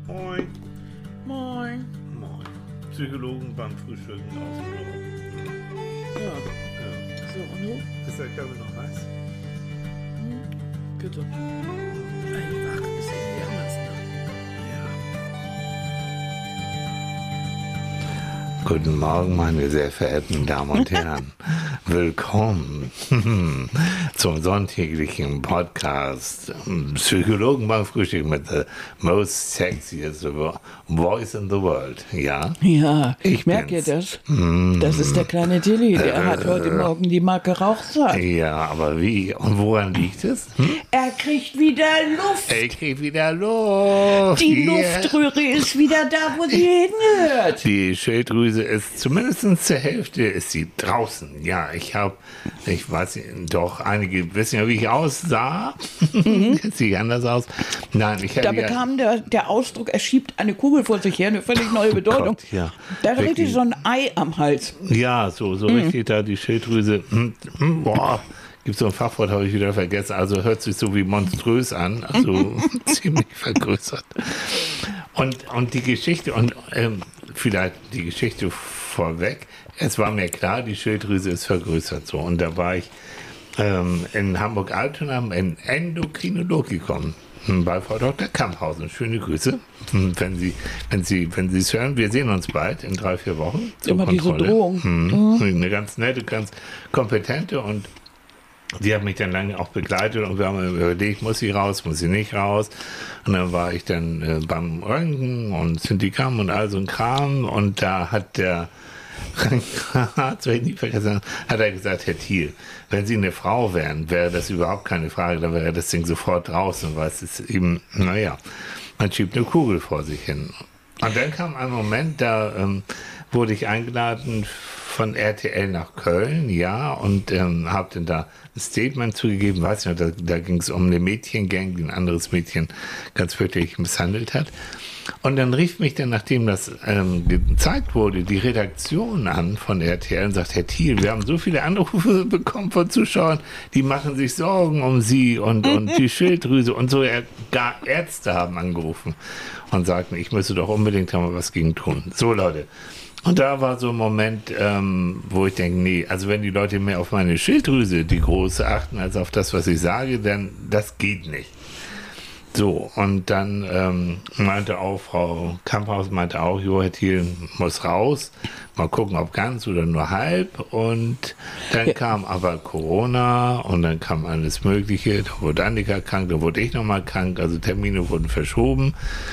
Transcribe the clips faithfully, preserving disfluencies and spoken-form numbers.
Moin. Moin. Moin. Psychologen beim Frühstücken aus dem Büro. Ja. Ja. So, und du? Ist der Körper noch heiß? Hm. Bitte. Einfach ist irgendwie anders, ne? Ja. Guten Morgen, meine sehr verehrten Damen und Herren. Willkommen zum sonntäglichen Podcast Psychologen beim Frühstück mit the most sexiest voice in the world. Ja, Ja, ich, Ich merke bin's. das. Mm. Das ist der kleine Tilly, der hat heute Morgen die Marke geraucht. Ja, aber wie? Und woran liegt es? Hm? Er kriegt wieder Luft. Ich krieg wieder Luft. Die Yeah. Luftröhre ist wieder da, wo sie hingehört. Die Schilddrüse ist zumindest zur Hälfte ist sie draußen. Ja, ich habe, ich weiß nicht, doch einige wissen ja, wie ich aussah. Mhm. Sieht anders aus. Nein, ich Da habe ja, bekam der, der Ausdruck, er schiebt eine Kugel vor sich her, eine völlig neue Bedeutung. Gott, ja. Da hat Wirklich. richtig so ein Ei am Hals. ja, so, so richtig da die Schilddrüse. hm, hm, Boah, gibt so ein Fachwort, habe ich wieder vergessen. Also hört sich so wie monströs an, also ziemlich vergrößert. Und, und die Geschichte, und ähm, vielleicht die Geschichte vorweg, es war mir klar, die Schilddrüse ist vergrößert so. Und da war ich ähm, in Hamburg-Altona in Endokrinologikon bei Frau Doktor Kamphausen. Schöne Grüße, wenn Sie, wenn Sie, wenn Sie es hören. Wir sehen uns bald in drei, vier Wochen zur Immer diese Kontrolle. Drohung. Hm. Eine ganz nette, ganz kompetente, und die hat mich dann lange auch begleitet, und wir haben überlegt, muss sie raus, muss sie nicht raus. Und dann war ich dann äh, beim Röntgen und Synthikam und all so ein Kram, und da hat der das werde ich nie vergessen, hat er gesagt, Herr Thiel, wenn Sie eine Frau wären, wäre das überhaupt keine Frage, da wäre das Ding sofort draußen, weil es ist eben, naja, man schiebt eine Kugel vor sich hin. Und dann kam ein Moment, da ähm, wurde ich eingeladen von R T L nach Köln, ja, und ähm, habe dann da ein Statement zugegeben, weiß nicht, da, da ging es um eine Mädchengang, die ein anderes Mädchen ganz fürchterlich misshandelt hat. Und dann rief mich dann, nachdem das ähm, gezeigt wurde, die Redaktion an von R T L und sagt, Herr Thiel, wir haben so viele Anrufe bekommen von Zuschauern, die machen sich Sorgen um Sie und, und die Schilddrüse und so. Gar Ärzte haben angerufen und sagten, ich müsse doch unbedingt mal was gegen tun. So, Leute. Und da war so ein Moment, ähm, wo ich denke, nee, also wenn die Leute mehr auf meine Schilddrüse, die große, achten, als auf das, was ich sage, dann das geht nicht. So, und dann ähm, meinte auch Frau Kamphaus, meinte auch, Jo, Herr Thiel muss raus, mal gucken, ob ganz oder nur halb. Und dann kam aber Corona und dann kam alles Mögliche, da wurde Annika krank, da wurde ich nochmal krank, also Termine wurden verschoben.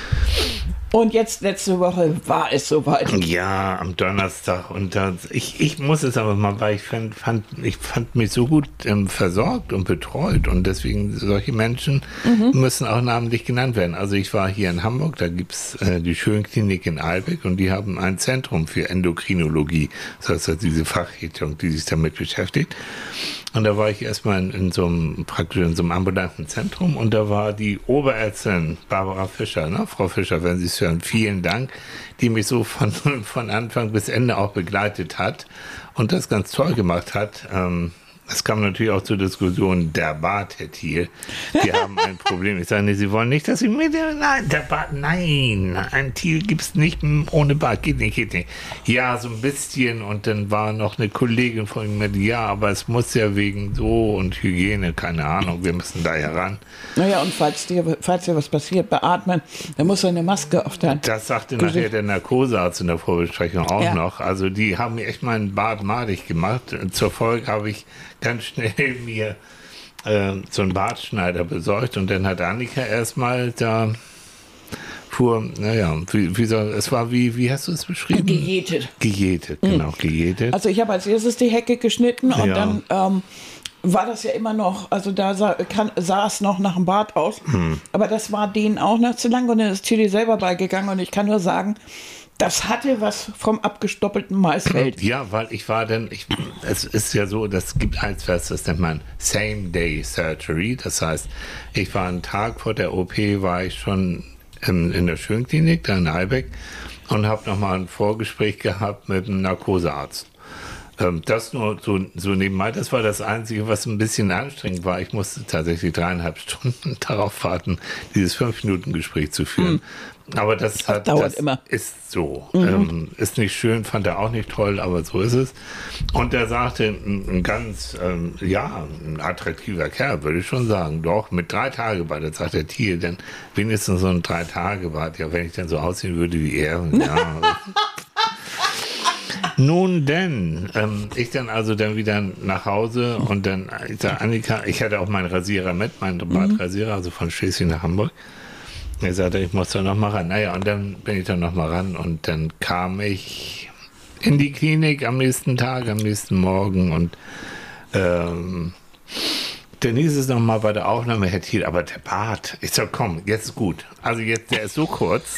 Und jetzt letzte Woche war es soweit. Ja, am Donnerstag. Und das, ich, ich muss es aber mal, weil ich fand, fand, ich fand mich so gut ähm, versorgt und betreut. Und deswegen, solche Menschen mhm. müssen auch namentlich genannt werden. Also ich war hier in Hamburg, da gibt's äh, die Schönklinik in Eilbeck, und die haben ein Zentrum für Endokrinologie. Das heißt, also diese Fachrichtung, die sich damit beschäftigt. Und da war ich erstmal in, in so einem, praktisch in so einem ambulanten Zentrum, und da war die Oberärztin Barbara Fischer, ne? Frau Fischer, wenn Sie es hören, vielen Dank, die mich so von, von Anfang bis Ende auch begleitet hat und das ganz toll gemacht hat. Ähm, Es kam natürlich auch zur Diskussion, der Bart, Herr Thiel, wir haben ein Problem. Ich sage, nee, Sie wollen nicht, dass Sie mit dem, nein, der Bart, nein, ein Thiel gibt es nicht ohne Bart, geht nicht, geht nicht. Ja, so ein bisschen, und dann war noch eine Kollegin von ihm mit, ja, aber es muss ja wegen so und Hygiene, keine Ahnung, wir müssen da heran. Naja, und falls dir, falls dir was passiert, beatmen, dann muss er eine Maske auf dein Das sagte Gesicht. nachher der Narkosearzt in der Vorbesprechung auch Ja. noch. Also die haben mir echt meinen Bart madig gemacht. Zur Folge habe ich ganz schnell mir äh, so einen Bartschneider besorgt, und dann hat Annika erstmal da fuhr, naja, wie, wie soll, es war wie, wie hast du es beschrieben? Gejätet. Gejätet, genau, mhm. gejätet. Also ich habe als erstes die Hecke geschnitten, und Ja. dann ähm, war das ja immer noch, also da sah, kann, sah es noch nach dem Bart aus, hm. aber das war denen auch noch zu lang, und dann ist Tilly selber beigegangen, und ich kann nur sagen, das hatte was vom abgestoppelten Maisfeld. Ja, weil ich war dann, ich, es ist ja so, das gibt eins, was das nennt man Same-Day-Surgery. Das heißt, ich war einen Tag vor der O P, war ich schon in, in der Schönklinik, da in Eilbeck, und habe nochmal ein Vorgespräch gehabt mit einem Narkosearzt. Ähm, das nur so, so nebenbei, das war das Einzige, was ein bisschen anstrengend war. Ich musste tatsächlich dreieinhalb Stunden darauf warten, dieses fünf-Minuten-Gespräch zu führen. Mhm. Aber das, das hat, dauert das immer. ist so. Mhm. Ähm, ist nicht schön, fand er auch nicht toll, aber so ist es. Und er sagte, ein, ein ganz, ähm, ja, ein attraktiver Kerl, würde ich schon sagen. Doch, mit drei Tage bei der sagt der Thiel, denn wenigstens so ein drei Tage Bart. Ja, wenn ich dann so aussehen würde wie er. Ja. Nun denn, ähm, ich dann also dann wieder nach Hause und dann, ich sag, Annika, ich hatte auch meinen Rasierer mit, meinen Bartrasierer, also von Schleswig nach Hamburg. Er sagte, ich muss da noch mal ran. Naja, und dann bin ich da noch mal ran und dann kam ich in die Klinik am nächsten Tag, am nächsten Morgen und ähm, dann hieß es noch mal bei der Aufnahme, Herr Thiel, aber der Bart, ich sag, komm, jetzt ist gut. Also jetzt, der ist so kurz.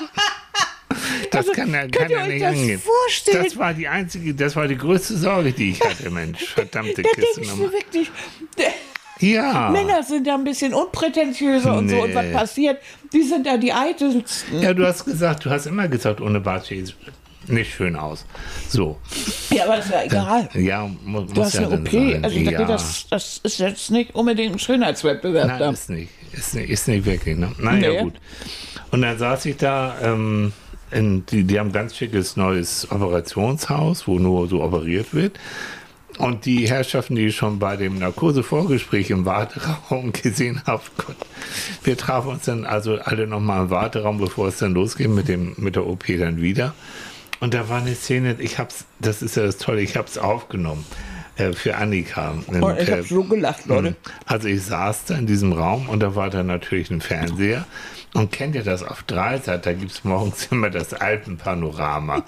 Das also, kann er, kann er nicht angehen. Vorstellen? Das war die einzige, das war die größte Sorge, die ich hatte, Mensch. Verdammte da Kiste denkst du wirklich, ja. Männer sind da ein bisschen unprätentiöser nee. und so. Und was passiert? Die sind da die eitelsten. Ja, du hast gesagt, du hast immer gesagt, ohne Bart sieht nicht schön aus. So. Ja, aber das ist ja egal. Dann, ja, mu muss du hast ja eine O P. Sein. Also ja. das, das ist jetzt nicht unbedingt ein Schönheitswettbewerb. Nein, da. ist nicht. Ist nicht, ist nicht wirklich. Ne? Naja, nee. gut. Und dann saß ich da, ähm, in, die, die haben ein ganz schickes neues Operationshaus, wo nur so operiert wird. Und die Herrschaften, die ich schon bei dem Narkosevorgespräch im Warteraum gesehen habe, Gott, wir trafen uns dann also alle nochmal im Warteraum, bevor es dann losgeht mit, dem, mit der O P dann wieder. Und da war eine Szene, ich hab's, das ist ja das Tolle, ich habe es aufgenommen äh, für Annika. Und oh, ich habe so gelacht, Leute. Also ich saß da in diesem Raum und da war dann natürlich ein Fernseher. Und kennt ihr das auf Dreisat? Da gibt es morgens immer das Alpenpanorama.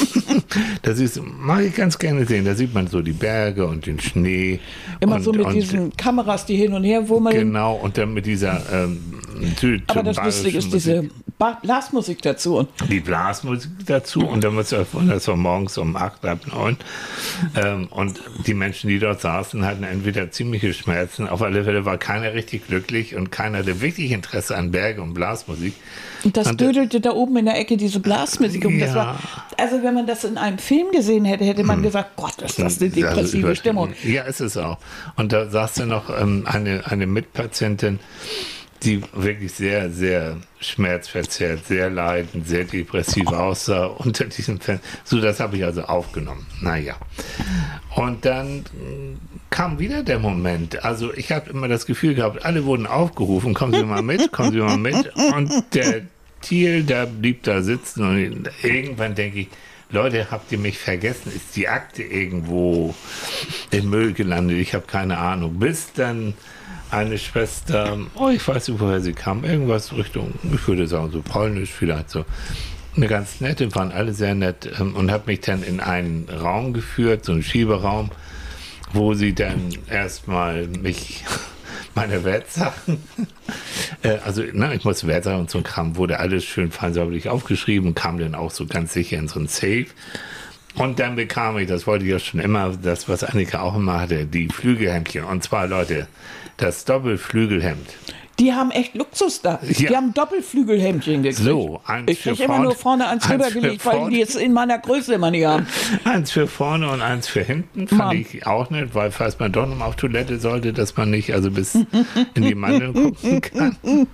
Das ist, mag ich ganz gerne sehen. Da sieht man so die Berge und den Schnee. Immer und, so mit und, diesen Kameras, die hin und her wummeln. Genau, und dann mit dieser ähm, Aber das Lustige ist diese Blasmusik dazu. Die Blasmusik dazu. Und dann muss ich wundern, das war morgens um acht, halb neun. Ähm, und die Menschen, die dort saßen, hatten entweder ziemliche Schmerzen. Auf alle Fälle war keiner richtig glücklich und keiner hatte wirklich Interesse an Berge und Blasmusik. Blasmusik. Und das und dödelte da oben in der Ecke diese Blasmusik. Und ja. das war, also wenn man das in einem Film gesehen hätte, hätte man gesagt, Gott, ist das eine depressive Stimmung. Ja, ist es auch. Und da saß dann noch ähm, eine, eine Mitpatientin, die wirklich sehr, sehr schmerzverzerrt, sehr leidend, sehr depressiv aussah unter diesem Fenster. So, das habe ich also aufgenommen. Naja. Und dann kam wieder der Moment. Also ich habe immer das Gefühl gehabt, alle wurden aufgerufen, kommen Sie mal mit, kommen Sie mal mit. Und der Thiel, der blieb da sitzen und irgendwann denke ich, Leute, habt ihr mich vergessen? Ist die Akte irgendwo im Müll gelandet? Ich habe keine Ahnung. Bis dann eine Schwester, oh, ich weiß nicht, woher sie kam, irgendwas Richtung, ich würde sagen, so polnisch vielleicht so. Eine ganz nette, waren alle sehr nett ähm, und hat mich dann in einen Raum geführt, so einen Schieberaum, wo sie dann erstmal mich, meine Wertsachen, äh, also na, ich muss Wertsachen und so ein Kram, wurde alles schön fein säuberlich aufgeschrieben und kam dann auch so ganz sicher in so ein Safe. Und dann bekam ich, das wollte ich ja schon immer, das, was Annika auch immer hatte, die Flügelhemdchen. Und zwar, Leute, das Doppelflügelhemd. Die haben echt Luxus da. Ja. Die haben Doppelflügelhemdchen gekriegt. So, eins ich für kriege vorne. immer nur vorne eins, eins rübergelegt, weil die jetzt in meiner Größe immer nicht haben. Eins für vorne und eins für hinten fand Mann. ich auch nicht, weil falls man doch noch mal auf Toilette sollte, dass man nicht also bis in die Mandeln gucken kann.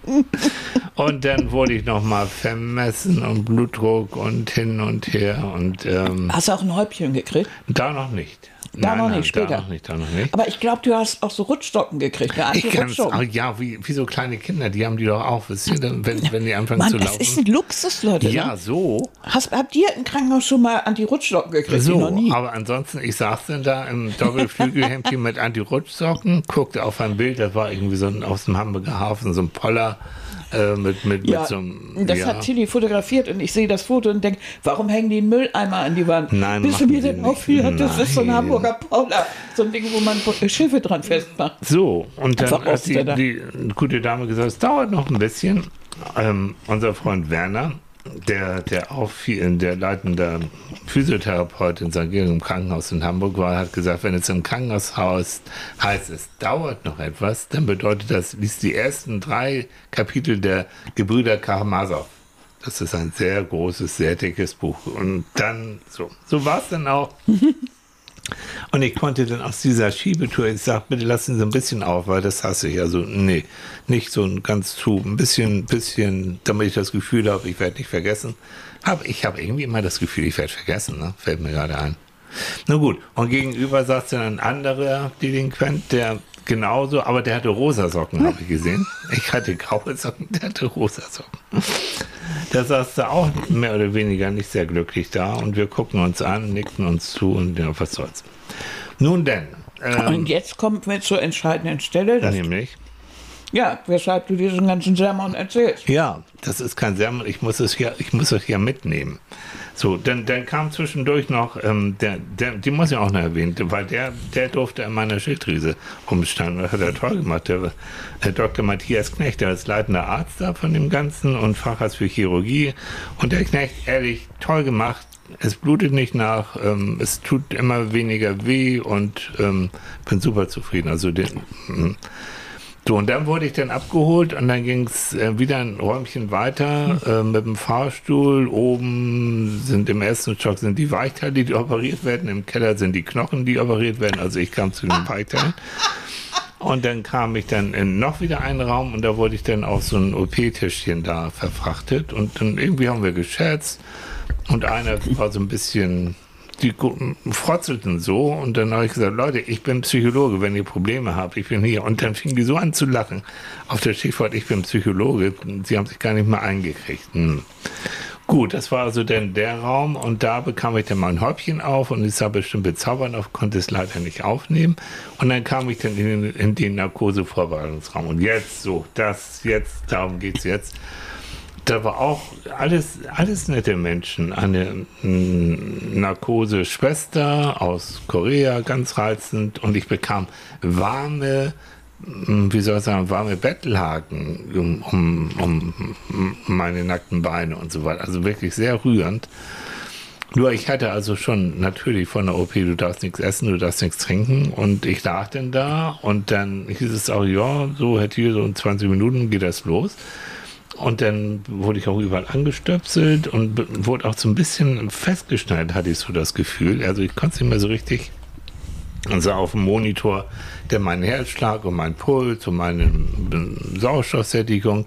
Und dann wurde ich noch mal vermessen und Blutdruck und hin und her. Und, ähm, hast du auch ein Häubchen gekriegt? Da noch nicht. Da nein, noch nein, nicht, später. Da noch nicht, da noch nicht. Aber ich glaube, du hast auch so Rutschstocken gekriegt. Ne? Ich kann's auch, ja, wie, wie so kleine Kinder, die haben die doch auch, wisst ihr, wenn, wenn die anfangen Mann, zu laufen. Das ist ein Luxus, Leute. Ja, ne? so. Hast, habt ihr im Krankenhaus schon mal Anti-Rutschstocken gekriegt? So, noch nie. Aber ansonsten, ich saß dann da im Doppelflügelhemdchen mit Anti-Rutschsocken, guckte auf ein Bild, das war irgendwie so ein, aus dem Hamburger Hafen, so ein Poller. Mit, mit, ja, mit so einem, das ja. hat Tilly fotografiert und ich sehe das Foto und denke, warum hängen die einen Mülleimer an die Wand? Nein, bis du mir denn auffiel, das ist so ein Hamburger Poller, so ein Ding, wo man Schiffe dran festmacht. So, und dann Einfach hat die, die gute Dame gesagt, es dauert noch ein bisschen. Ähm, unser Freund Werner, der, der auch viel, der leitende Physiotherapeut in Sankt Georg im Krankenhaus in Hamburg war, hat gesagt, wenn es im Krankenhaus heißt, es dauert noch etwas, dann bedeutet das, liest die ersten drei Kapitel der Gebrüder Karamasow. Das ist ein sehr großes, sehr dickes Buch. Und dann, so, so war es dann auch. Und ich konnte dann aus dieser Schiebetour, ich sag, bitte lassen Sie ein bisschen auf, weil das hasse ich. Also, nee, nicht so ein ganz zu, ein bisschen, bisschen, damit ich das Gefühl habe, ich werde nicht vergessen. Hab, ich habe irgendwie immer das Gefühl, ich werde vergessen, ne? Fällt mir gerade ein. Na gut, und gegenüber saß dann ein anderer Delinquent, der genauso, aber der hatte rosa Socken, habe ich gesehen. Ich hatte graue Socken, der hatte rosa Socken. Der saß da auch mehr oder weniger nicht sehr glücklich da und wir gucken uns an, nickten uns zu und ja, was soll's. Nun denn. Ähm, und jetzt kommen wir zur entscheidenden Stelle. Dass nämlich? Ja, weshalb du diesen ganzen Sermon erzählst. Ja, das ist kein Sermon, ich muss es hier, ich muss es hier mitnehmen. So, dann, dann kam zwischendurch noch, ähm, der, der, die muss ich auch noch erwähnen, weil der, der durfte in meiner Schilddrüse umstanden. Das hat er toll gemacht. Der, der Doktor Matthias Knecht, der ist leitender Arzt da von dem Ganzen und Facharzt für Chirurgie. Und der Knecht, ehrlich, toll gemacht. Es blutet nicht nach, ähm, es tut immer weniger weh und ähm, bin super zufrieden. Also den, mh. So, und dann wurde ich dann abgeholt und dann ging es äh, wieder ein Räumchen weiter äh, mit dem Fahrstuhl. Oben sind im ersten Stock sind die Weichteile, die operiert werden. Im Keller sind die Knochen, die operiert werden. Also ich kam zu den Weichteilen. Und dann kam ich dann in noch wieder einen Raum und da wurde ich dann auf so ein O P-Tischchen da verfrachtet. Und dann irgendwie haben wir gescherzt und einer war so ein bisschen... Die frotzelten so und dann habe ich gesagt, Leute, ich bin Psychologe, wenn ihr Probleme habt, ich bin hier. Und dann fingen die so an zu lachen auf der Stichwort, ich bin Psychologe. Sie haben sich gar nicht mehr eingekriegt. Hm. Gut, das war also dann der Raum und da bekam ich dann mal ein Häubchen auf und ich sah bestimmt bezaubern auf, konnte es leider nicht aufnehmen. Und dann kam ich dann in den, in den Narkosevorbereitungsraum. Und jetzt so, das jetzt, darum geht es jetzt. Da war auch alles, alles nette Menschen. Eine Narkose-Schwester aus Korea, ganz reizend. Und ich bekam warme, wie soll ich sagen, warme Bettlaken um, um, um meine nackten Beine und so weiter. Also wirklich sehr rührend. Nur ich hatte also schon natürlich von der O P, du darfst nichts essen, du darfst nichts trinken. Und ich lag dann da und dann hieß es auch, ja, so hätte hier so in zwanzig Minuten geht das los. Und dann wurde ich auch überall angestöpselt und wurde auch so ein bisschen festgeschnallt, hatte ich so das Gefühl. Also ich konnte es nicht mehr so richtig. Und sah auf dem Monitor der meinen Herzschlag und mein Puls und meine Sauerstoffsättigung.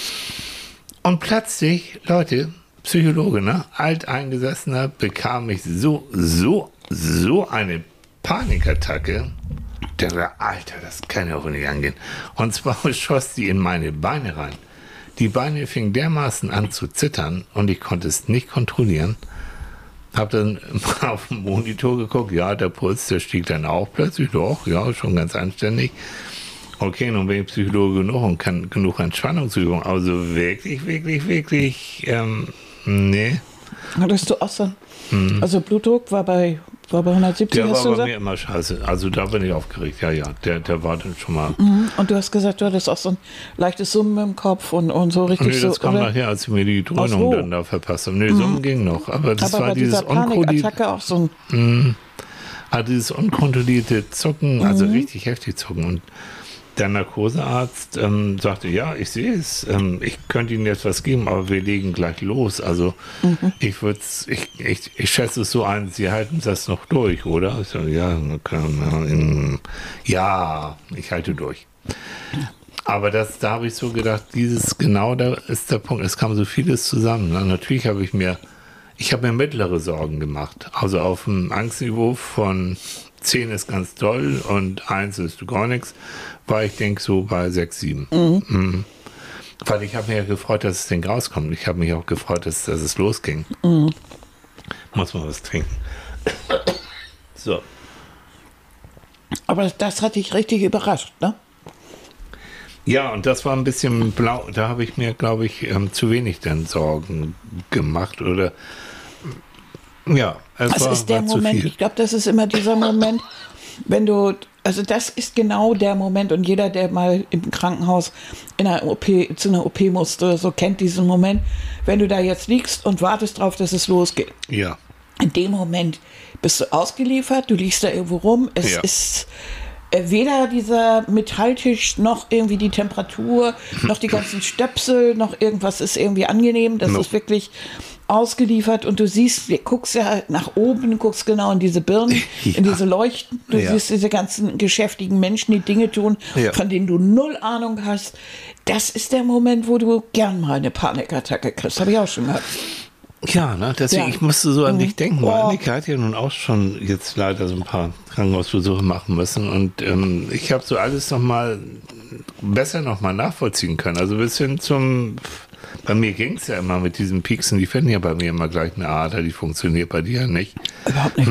Und plötzlich, Leute, Psychologe, ne, Alteingesessener, bekam ich so, so, so eine Panikattacke. Der war, Alter, das kann ja wohl nicht angehen. Und zwar schoss die in meine Beine rein. Die Beine fingen dermaßen an zu zittern und ich konnte es nicht kontrollieren. Hab dann auf dem Monitor geguckt, ja, der Puls, der stieg dann auch plötzlich, doch, ja, schon ganz anständig. Okay, nun bin ich Psychologe genug und kann genug Entspannungsübungen, also wirklich, wirklich, wirklich, ähm, nee. Hattest du auch so, hm. also Blutdruck war bei, war bei hundertsiebzig, der hast war du bei gesagt? mir immer scheiße, also da bin ich aufgeregt, ja, ja, der, der war dann schon mal. Und du hast gesagt, du hattest auch so ein leichtes Summen im Kopf und, und so richtig nee, das so. kam oder? nachher, als ich mir die Dröhnung so. dann da verpasst habe. Nee, Summen mhm. ging noch, aber das aber war bei dieses dieser Panikattacke auch so ein... Mm, also dieses unkontrollierte Zucken, also mhm. richtig heftig Zucken. Und der Narkosearzt ähm, sagte, ja, ich sehe es, ähm, ich könnte Ihnen jetzt was geben, aber wir legen gleich los. Also mhm. ich würde ich, ich, ich schätze es so ein, Sie halten das noch durch, oder? Ich so, ja, okay, ja, ich halte durch. Aber das, da habe ich so gedacht, dieses, genau da ist der Punkt, es kam so vieles zusammen. Ne? Natürlich habe ich mir, ich habe mir mittlere Sorgen gemacht. Also auf dem Angstniveau von zehn ist ganz toll und eins ist gar nichts, war ich denke so bei sechs, sieben. Mhm. Mhm. Weil ich habe mich ja gefreut, dass das Ding rauskommt. Ich habe mich auch gefreut, dass, dass es losging. Mhm. Muss man was trinken. So. Aber das, das hat dich richtig überrascht, ne? Ja, und das war ein bisschen blau. Da habe ich mir, glaube ich, ähm, zu wenig dann Sorgen gemacht. Oder ja, es das war, ist der war Moment, zu viel. ich glaube, das ist immer dieser Moment, wenn du, also das ist genau der Moment und jeder, der mal im Krankenhaus in einer O P, zu einer O P musste, so kennt diesen Moment, wenn du da jetzt liegst und wartest drauf, dass es losgeht. Ja. In dem Moment bist du ausgeliefert, du liegst da irgendwo rum, es Ja. ist weder dieser Metalltisch noch irgendwie die Temperatur, noch die ganzen Stöpsel, noch irgendwas ist irgendwie angenehm. Das No. ist wirklich ausgeliefert und du siehst, du guckst ja nach oben, du guckst genau in diese Birnen, ja. in diese Leuchten, du ja. siehst diese ganzen geschäftigen Menschen, die Dinge tun, ja. von denen du null Ahnung hast. Das ist der Moment, wo du gern mal eine Panikattacke kriegst. Habe ich auch schon gehabt. Ja, ne, deswegen, ja. ich musste so an mhm. dich denken, weil oh. Annika hat ja nun auch schon jetzt leider so ein paar Krankenhausbesuche machen müssen und ähm, ich habe so alles nochmal besser nochmal nachvollziehen können. Also bis hin zum... Bei mir ging es ja immer mit diesen Pieksen, die finden ja bei mir immer gleich eine Ader, die funktioniert bei dir nicht. Überhaupt nicht.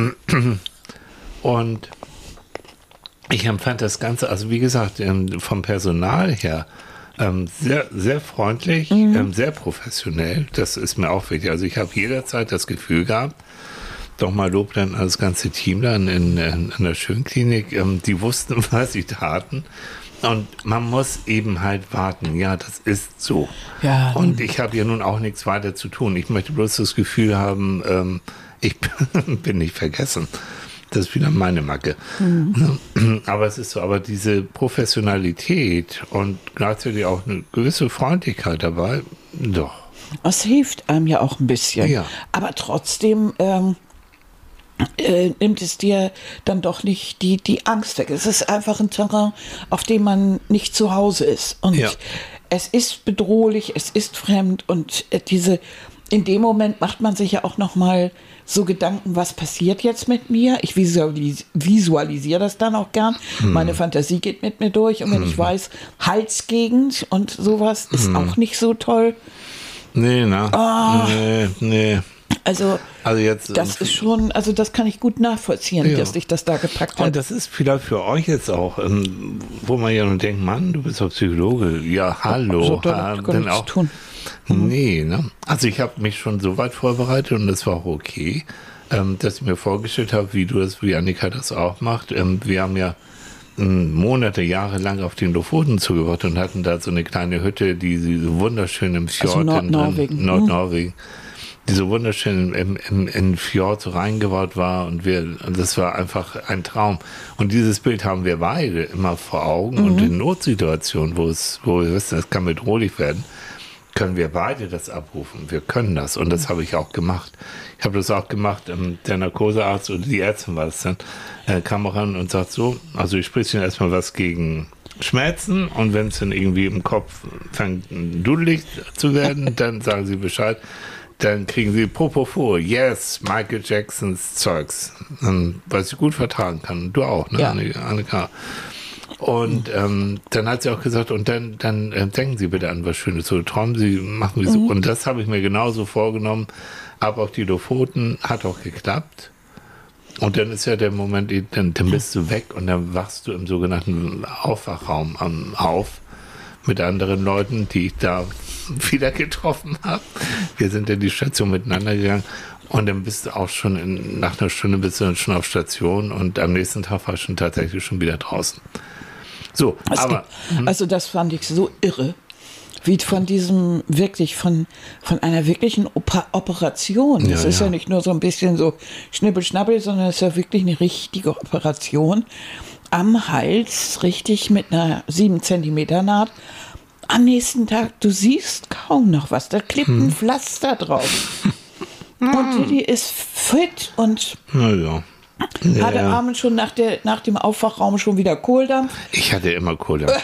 Und ich empfand das Ganze, also wie gesagt, vom Personal her sehr, sehr freundlich, mhm. sehr professionell. Das ist mir auch wichtig. Also ich habe jederzeit das Gefühl gehabt, doch mal Lob dann an das ganze Team dann in, in, in der Schönklinik, die wussten, was sie taten. Und man muss eben halt warten. Ja, das ist so. Ja. Und ich habe ja nun auch nichts weiter zu tun. Ich möchte bloß das Gefühl haben, ähm, ich bin nicht vergessen. Das ist wieder meine Macke. Mhm. Aber es ist so, aber diese Professionalität und gleichzeitig auch eine gewisse Freundlichkeit dabei, doch. Das hilft einem ja auch ein bisschen. Ja. Aber trotzdem... Ähm Äh, nimmt es dir dann doch nicht die, die Angst weg. Es ist einfach ein Terrain, auf dem man nicht zu Hause ist. Und ja. es ist bedrohlich, es ist fremd und diese, in dem Moment macht man sich ja auch noch mal so Gedanken, was passiert jetzt mit mir? Ich visualis- visualisiere das dann auch gern. Hm. Meine Fantasie geht mit mir durch und wenn hm. ich weiß, Halsgegend und sowas ist hm. auch nicht so toll. Nee, na. Oh. Nee, nee. Also, also jetzt, das ist schon, also das kann ich gut nachvollziehen, ja. dass dich das da gepackt hat. Und das ist vielleicht für euch jetzt auch, ähm, wo man ja nun denkt, Mann, du bist doch Psychologe. Ja, hallo. Also, da kann auch tun. Mhm. Nee, ne? Also ich habe mich schon so weit vorbereitet und das war auch okay, ähm, dass ich mir vorgestellt habe, wie du das, wie Annika das auch macht. Ähm, wir haben ja ähm, Monate, Jahre lang auf den Lofoten zugewartet und hatten da so eine kleine Hütte, die so wunderschön im Fjord also Nordnorwegen. in Nordnorwegen. Mhm. die so wunderschön im, im, in Fjord so reingebaut war und wir, und das war einfach ein Traum. Und dieses Bild haben wir beide immer vor Augen mhm. und in Notsituationen, wo es, wo wir wissen, es kann bedrohlich werden, können wir beide das abrufen. Wir können das und das habe ich auch gemacht. Ich habe das auch gemacht. Ähm, der Narkosearzt oder die Ärztin war es dann, äh, kam auch ran und sagt so, also ich spreche erstmal was gegen Schmerzen und wenn es dann irgendwie im Kopf fängt dudelig zu werden, dann sagen Sie Bescheid. Dann kriegen sie Propofol, yes, Michael Jacksons Zeugs, was ich gut vertragen kann. Du auch, ne, ja. Annika? Und ähm, dann hat sie auch gesagt, und dann, dann äh, denken Sie bitte an was Schönes, so träumen Sie, machen Sie so. Mhm. Und das habe ich mir genauso vorgenommen, ab auf die Lofoten, hat auch geklappt. Und dann ist ja der Moment, dann, dann bist du weg und dann wachst du im sogenannten Aufwachraum um, auf mit anderen Leuten, die ich da wieder getroffen habe. Wir sind in die Station miteinander gegangen und dann bist du auch schon in, nach einer Stunde bist du schon auf Station und am nächsten Tag war ich schon tatsächlich schon wieder draußen. So, also, aber... Also das fand ich so irre, wie von diesem wirklich, von, von einer wirklichen Oper- Operation. Das ja, ist ja. ja nicht nur so ein bisschen so Schnippel-Schnappel, sondern es ist ja wirklich eine richtige Operation. Am Hals, richtig mit einer sieben Zentimeter Naht. Am nächsten Tag, du siehst kaum noch was. Da klebt ein Pflaster drauf. Und die ist fit und Na ja. Ja, hatte ja. abends schon nach, der, nach dem Aufwachraum schon wieder Kohldampf. Ich hatte immer Kohldampf.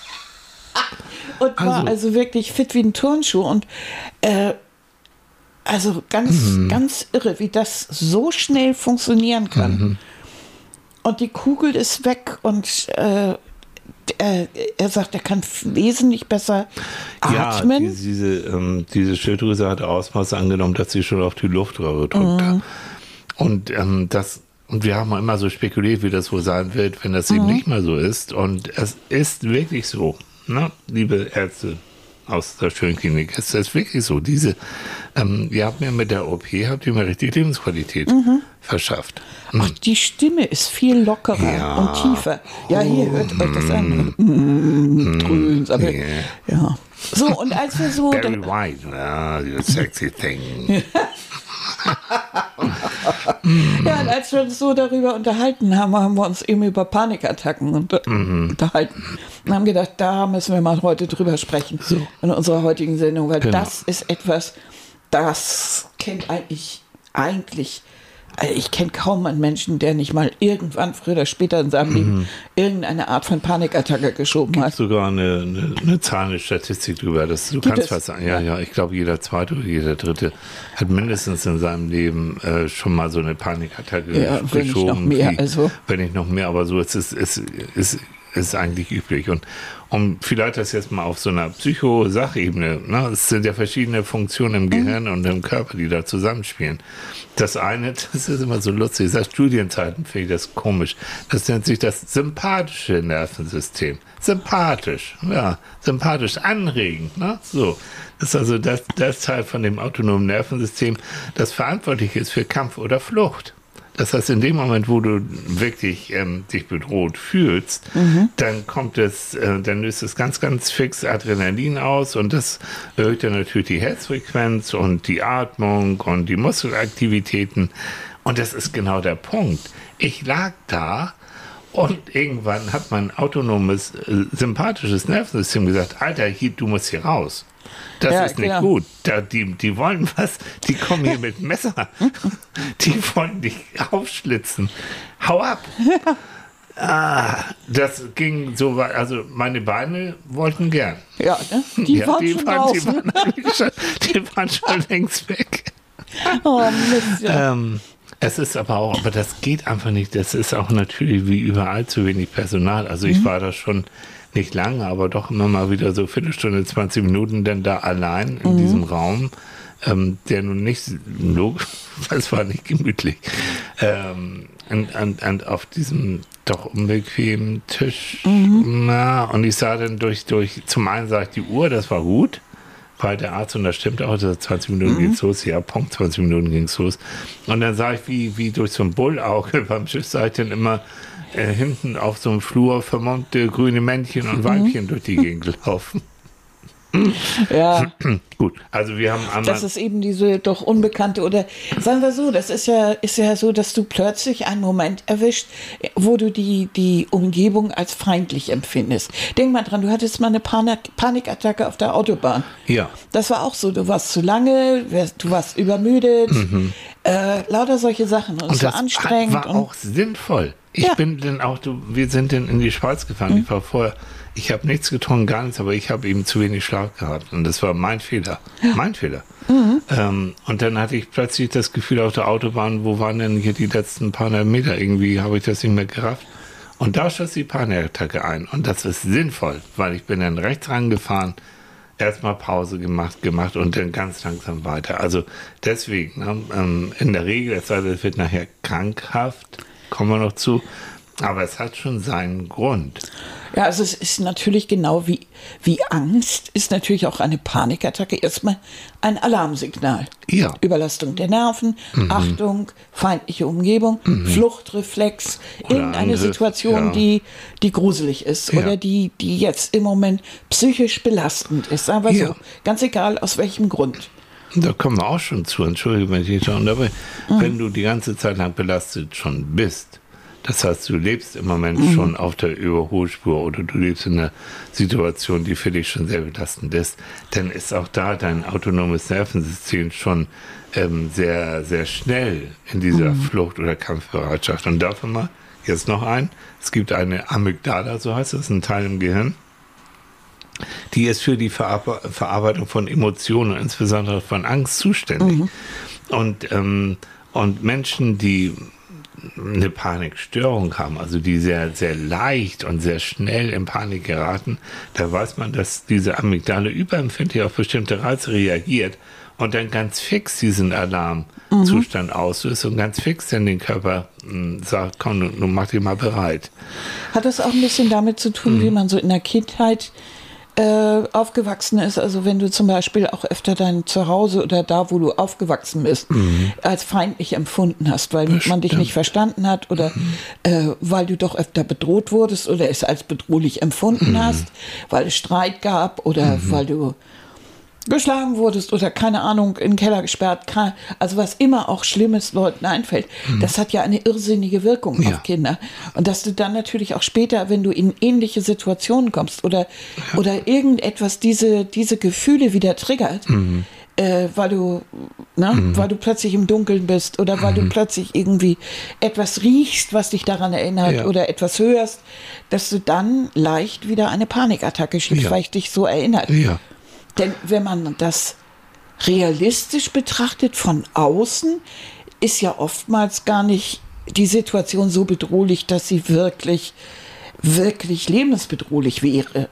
Und war also, also wirklich fit wie ein Turnschuh. Und äh, also ganz, mhm. ganz irre, wie das so schnell funktionieren kann. Mhm. Und die Kugel ist weg und äh, er, er sagt, er kann wesentlich besser atmen. Ja, die, diese, ähm, diese Schilddrüse hat Ausmaße angenommen, dass sie schon auf die Luftröhre drückt. Mhm. Und ähm, das und wir haben immer so spekuliert, wie das wohl sein wird, wenn das mhm. eben nicht mehr so ist. Und es ist wirklich so, ne, liebe Ärzte aus der Schönklinik, es ist wirklich so. Diese, ähm, ihr habt mir mit der O P habt ihr mir richtig Lebensqualität mhm. verschafft. Mhm. Ach, die Stimme ist viel lockerer ja. und tiefer. Ja, hier hört euch das an. Mm, Dröhns, aber yeah. ja. So, und als wir so... Barry White, uh, you sexy thing. Ja, und als wir uns so darüber unterhalten haben, haben wir uns eben über Panikattacken unter- mhm. unterhalten und haben gedacht, da müssen wir mal heute drüber sprechen so. in unserer heutigen Sendung, weil genau. das ist etwas, das kennt eigentlich, eigentlich, also ich kenne kaum einen Menschen, der nicht mal irgendwann früher oder später in seinem mhm. Leben irgendeine Art von Panikattacke geschoben Gibt hat. sogar eine, eine, eine Zahl, eine Statistik drüber. Dass du Gibt kannst es? was sagen. Ja, ja, ich glaube, jeder Zweite oder jeder Dritte hat mindestens in seinem Leben äh, schon mal so eine Panikattacke Ja, geschoben. wenn nicht noch mehr. Wie, also. Wenn nicht noch mehr, aber so ist es ist, ist, ist eigentlich üblich. Und um vielleicht das jetzt mal auf so einer Psycho-Sachebene, ne, es sind ja verschiedene Funktionen im Gehirn mhm. und im Körper, die da zusammenspielen. Das eine, das ist immer so lustig, seit Studienzeiten finde ich das komisch. Das nennt sich das sympathische Nervensystem. Sympathisch, ja, sympathisch, anregend, ne? So. Das ist also das, das Teil von dem autonomen Nervensystem, das verantwortlich ist für Kampf oder Flucht. Das heißt, in dem Moment, wo du wirklich ähm, dich bedroht fühlst, mhm. dann kommt es, äh, dann löst es ganz, ganz fix Adrenalin aus und das erhöht dann natürlich die Herzfrequenz und die Atmung und die Muskelaktivitäten. Und das ist genau der Punkt. Ich lag da und irgendwann hat mein autonomes, äh, sympathisches Nervensystem gesagt, Alter, hier, du musst hier raus. Das ja, ist nicht klar. gut. Da, die, die wollen was, die kommen hier mit Messer. Die wollen dich aufschlitzen. Hau ab. Ah, das ging so weit. Also meine Beine wollten gern. Ja, ne? Die ja, waren die schon waren, die draußen. waren, schon, die waren schon längst weg. Oh Mist, ja. Ähm, es ist aber auch, aber das geht einfach nicht. Das ist auch natürlich wie überall zu wenig Personal. Also ich mhm. war da schon nicht lange, aber doch immer mal wieder so Viertelstunde, zwanzig Minuten denn da allein in mhm. diesem Raum, ähm, der nun nicht, es war nicht gemütlich, ähm, und, und, und auf diesem doch unbequemen Tisch, mhm. na, und ich sah dann durch, durch, zum einen sah ich die Uhr, das war gut, weil der Arzt, und das stimmt auch, zwanzig Minuten mhm. geht's los, ja, Punkt, zwanzig Minuten ging's los, und dann sah ich, wie, wie durch so ein Bullauge beim Schiff, sah ich dann immer Äh, hinten auf so einem Flur vermummte grüne Männchen und Weibchen mhm. durch die Gegend laufen. Ja. Gut, also wir haben einmal. Das ist eben diese doch unbekannte, oder sagen wir so, das ist ja, ist ja so, dass du plötzlich einen Moment erwischt, wo du die, die Umgebung als feindlich empfindest. Denk mal dran, du hattest mal eine Panik, Panikattacke auf der Autobahn. Ja. Das war auch so, du warst zu lange, du warst übermüdet, mhm. äh, lauter solche Sachen. Und, und es war anstrengend. Das war auch sinnvoll. Ich ja. bin dann auch, du, wir sind dann in die Schweiz gefahren. Mhm. Ich war vorher, ich habe nichts getrunken, gar nichts, aber ich habe eben zu wenig Schlaf gehabt. Und das war mein Fehler. Ja. Mein Fehler. Mhm. Ähm, und dann hatte ich plötzlich das Gefühl auf der Autobahn, wo waren denn hier die letzten paar hundert Meter? Irgendwie habe ich das nicht mehr gerafft. Und da schoss die Panikattacke ein. Und das ist sinnvoll, weil ich bin dann rechts rangefahren, erstmal Pause gemacht, gemacht und dann ganz langsam weiter. Also deswegen, ne, ähm, in der Regel, es sei denn, es wird nachher krankhaft, kommen wir noch zu, aber es hat schon seinen Grund. Ja, also es ist natürlich genau wie, wie Angst, ist natürlich auch eine Panikattacke erstmal ein Alarmsignal. Ja. Überlastung der Nerven, mhm. Achtung, feindliche Umgebung, mhm. Fluchtreflex, oder irgendeine Angriff, Situation, ja. die, die gruselig ist ja. oder die, die jetzt im Moment psychisch belastend ist. Aber ja. so, ganz egal aus welchem Grund. Da kommen wir auch schon zu, entschuldige, wenn ich da unterbreche. Mhm. Wenn du die ganze Zeit lang belastet schon bist, das heißt, du lebst im Moment mhm. schon auf der Überholspur oder du lebst in einer Situation, die für dich schon sehr belastend ist, dann ist auch da dein autonomes Nervensystem schon ähm, sehr, sehr schnell in dieser mhm. Flucht- oder Kampfbereitschaft. Und dafür mal jetzt noch ein, es gibt eine Amygdala, so heißt das, ein Teil im Gehirn, die ist für die Verar- Verarbeitung von Emotionen, insbesondere von Angst, zuständig. Mhm. Und, ähm, und Menschen, die eine Panikstörung haben, also die sehr, sehr leicht und sehr schnell in Panik geraten, da weiß man, dass diese Amygdala überempfindlich auf bestimmte Reize reagiert und dann ganz fix diesen Alarmzustand mhm. auslöst und ganz fix dann den Körper mh, sagt, komm, nun mach dich mal bereit. Hat das auch ein bisschen damit zu tun, mhm. wie man so in der Kindheit Äh, aufgewachsen ist, also wenn du zum Beispiel auch öfter dein Zuhause oder da, wo du aufgewachsen bist, mhm. als feindlich empfunden hast, weil Bestimmt. man dich nicht verstanden hat oder mhm. äh, weil du doch öfter bedroht wurdest oder es als bedrohlich empfunden mhm. hast, weil es Streit gab oder mhm. weil du geschlagen wurdest oder keine Ahnung, in den Keller gesperrt, also was immer auch Schlimmes Leuten einfällt, mhm. das hat ja eine irrsinnige Wirkung ja. auf Kinder. Und dass du dann natürlich auch später, wenn du in ähnliche Situationen kommst oder, ja. oder irgendetwas diese, diese Gefühle wieder triggert, mhm. äh, weil du, ne, mhm. weil du plötzlich im Dunkeln bist oder weil mhm. du plötzlich irgendwie etwas riechst, was dich daran erinnert ja. oder etwas hörst, dass du dann leicht wieder eine Panikattacke schiebst, ja. weil ich dich so erinnert. Ja. Denn wenn man das realistisch betrachtet von außen, ist ja oftmals gar nicht die Situation so bedrohlich, dass sie wirklich wirklich lebensbedrohlich wäre.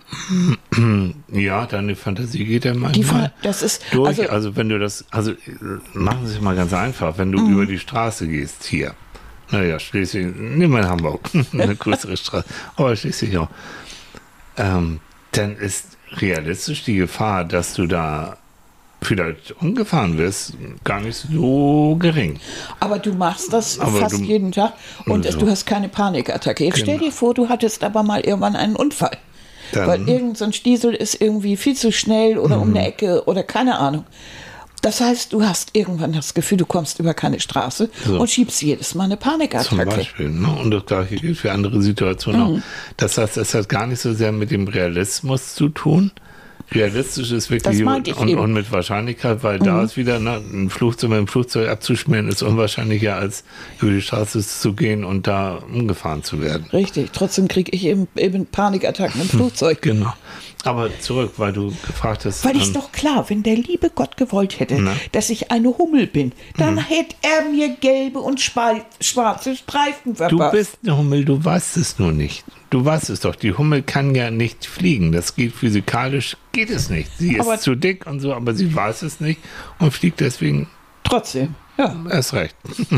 Ja, deine Fantasie geht ja manchmal Die Fa- das ist, durch. Also, also wenn du das, also machen Sie es mal ganz einfach, wenn du mm. über die Straße gehst hier, naja, Schleswig, nimm mal Hamburg, eine größere Straße, aber Schleswig auch, ähm, dann ist realistisch die Gefahr, dass du da vielleicht umgefahren wirst, gar nicht so gering. Aber du machst das aber fast du, jeden Tag und so. Du hast keine Panikattacke. Jetzt genau. Stell dir vor, du hattest aber mal irgendwann einen Unfall. Dann, weil irgend so ein Stiesel ist irgendwie viel zu schnell oder mhm. um eine Ecke oder keine Ahnung. Das heißt, du hast irgendwann das Gefühl, du kommst über keine Straße so. Und schiebst jedes Mal eine Panikattacke. Zum Beispiel. Ne? Und das gleiche gilt für andere Situationen mhm. auch. Das heißt, es hat gar nicht so sehr mit dem Realismus zu tun. Realistisch ist wirklich und, und mit Wahrscheinlichkeit, weil mhm. da ist wieder, ne, ein Flugzeug mit einem Flugzeug abzuschmieren, ist unwahrscheinlicher, als über die Straße zu gehen und da umgefahren zu werden. Richtig, trotzdem kriege ich eben, eben Panikattacken im Flugzeug. Genau. Aber zurück, weil du gefragt hast. Weil ist doch klar, wenn der liebe Gott gewollt hätte, na? dass ich eine Hummel bin, dann hm. hätte er mir gelbe und schwarze Streifen verpasst. Du bist eine Hummel, du weißt es nur nicht. Du weißt es doch, die Hummel kann ja nicht fliegen. Das geht physikalisch, geht es nicht. Sie aber ist zu dick und so, aber sie weiß es nicht und fliegt deswegen. Trotzdem, ja. Erst recht.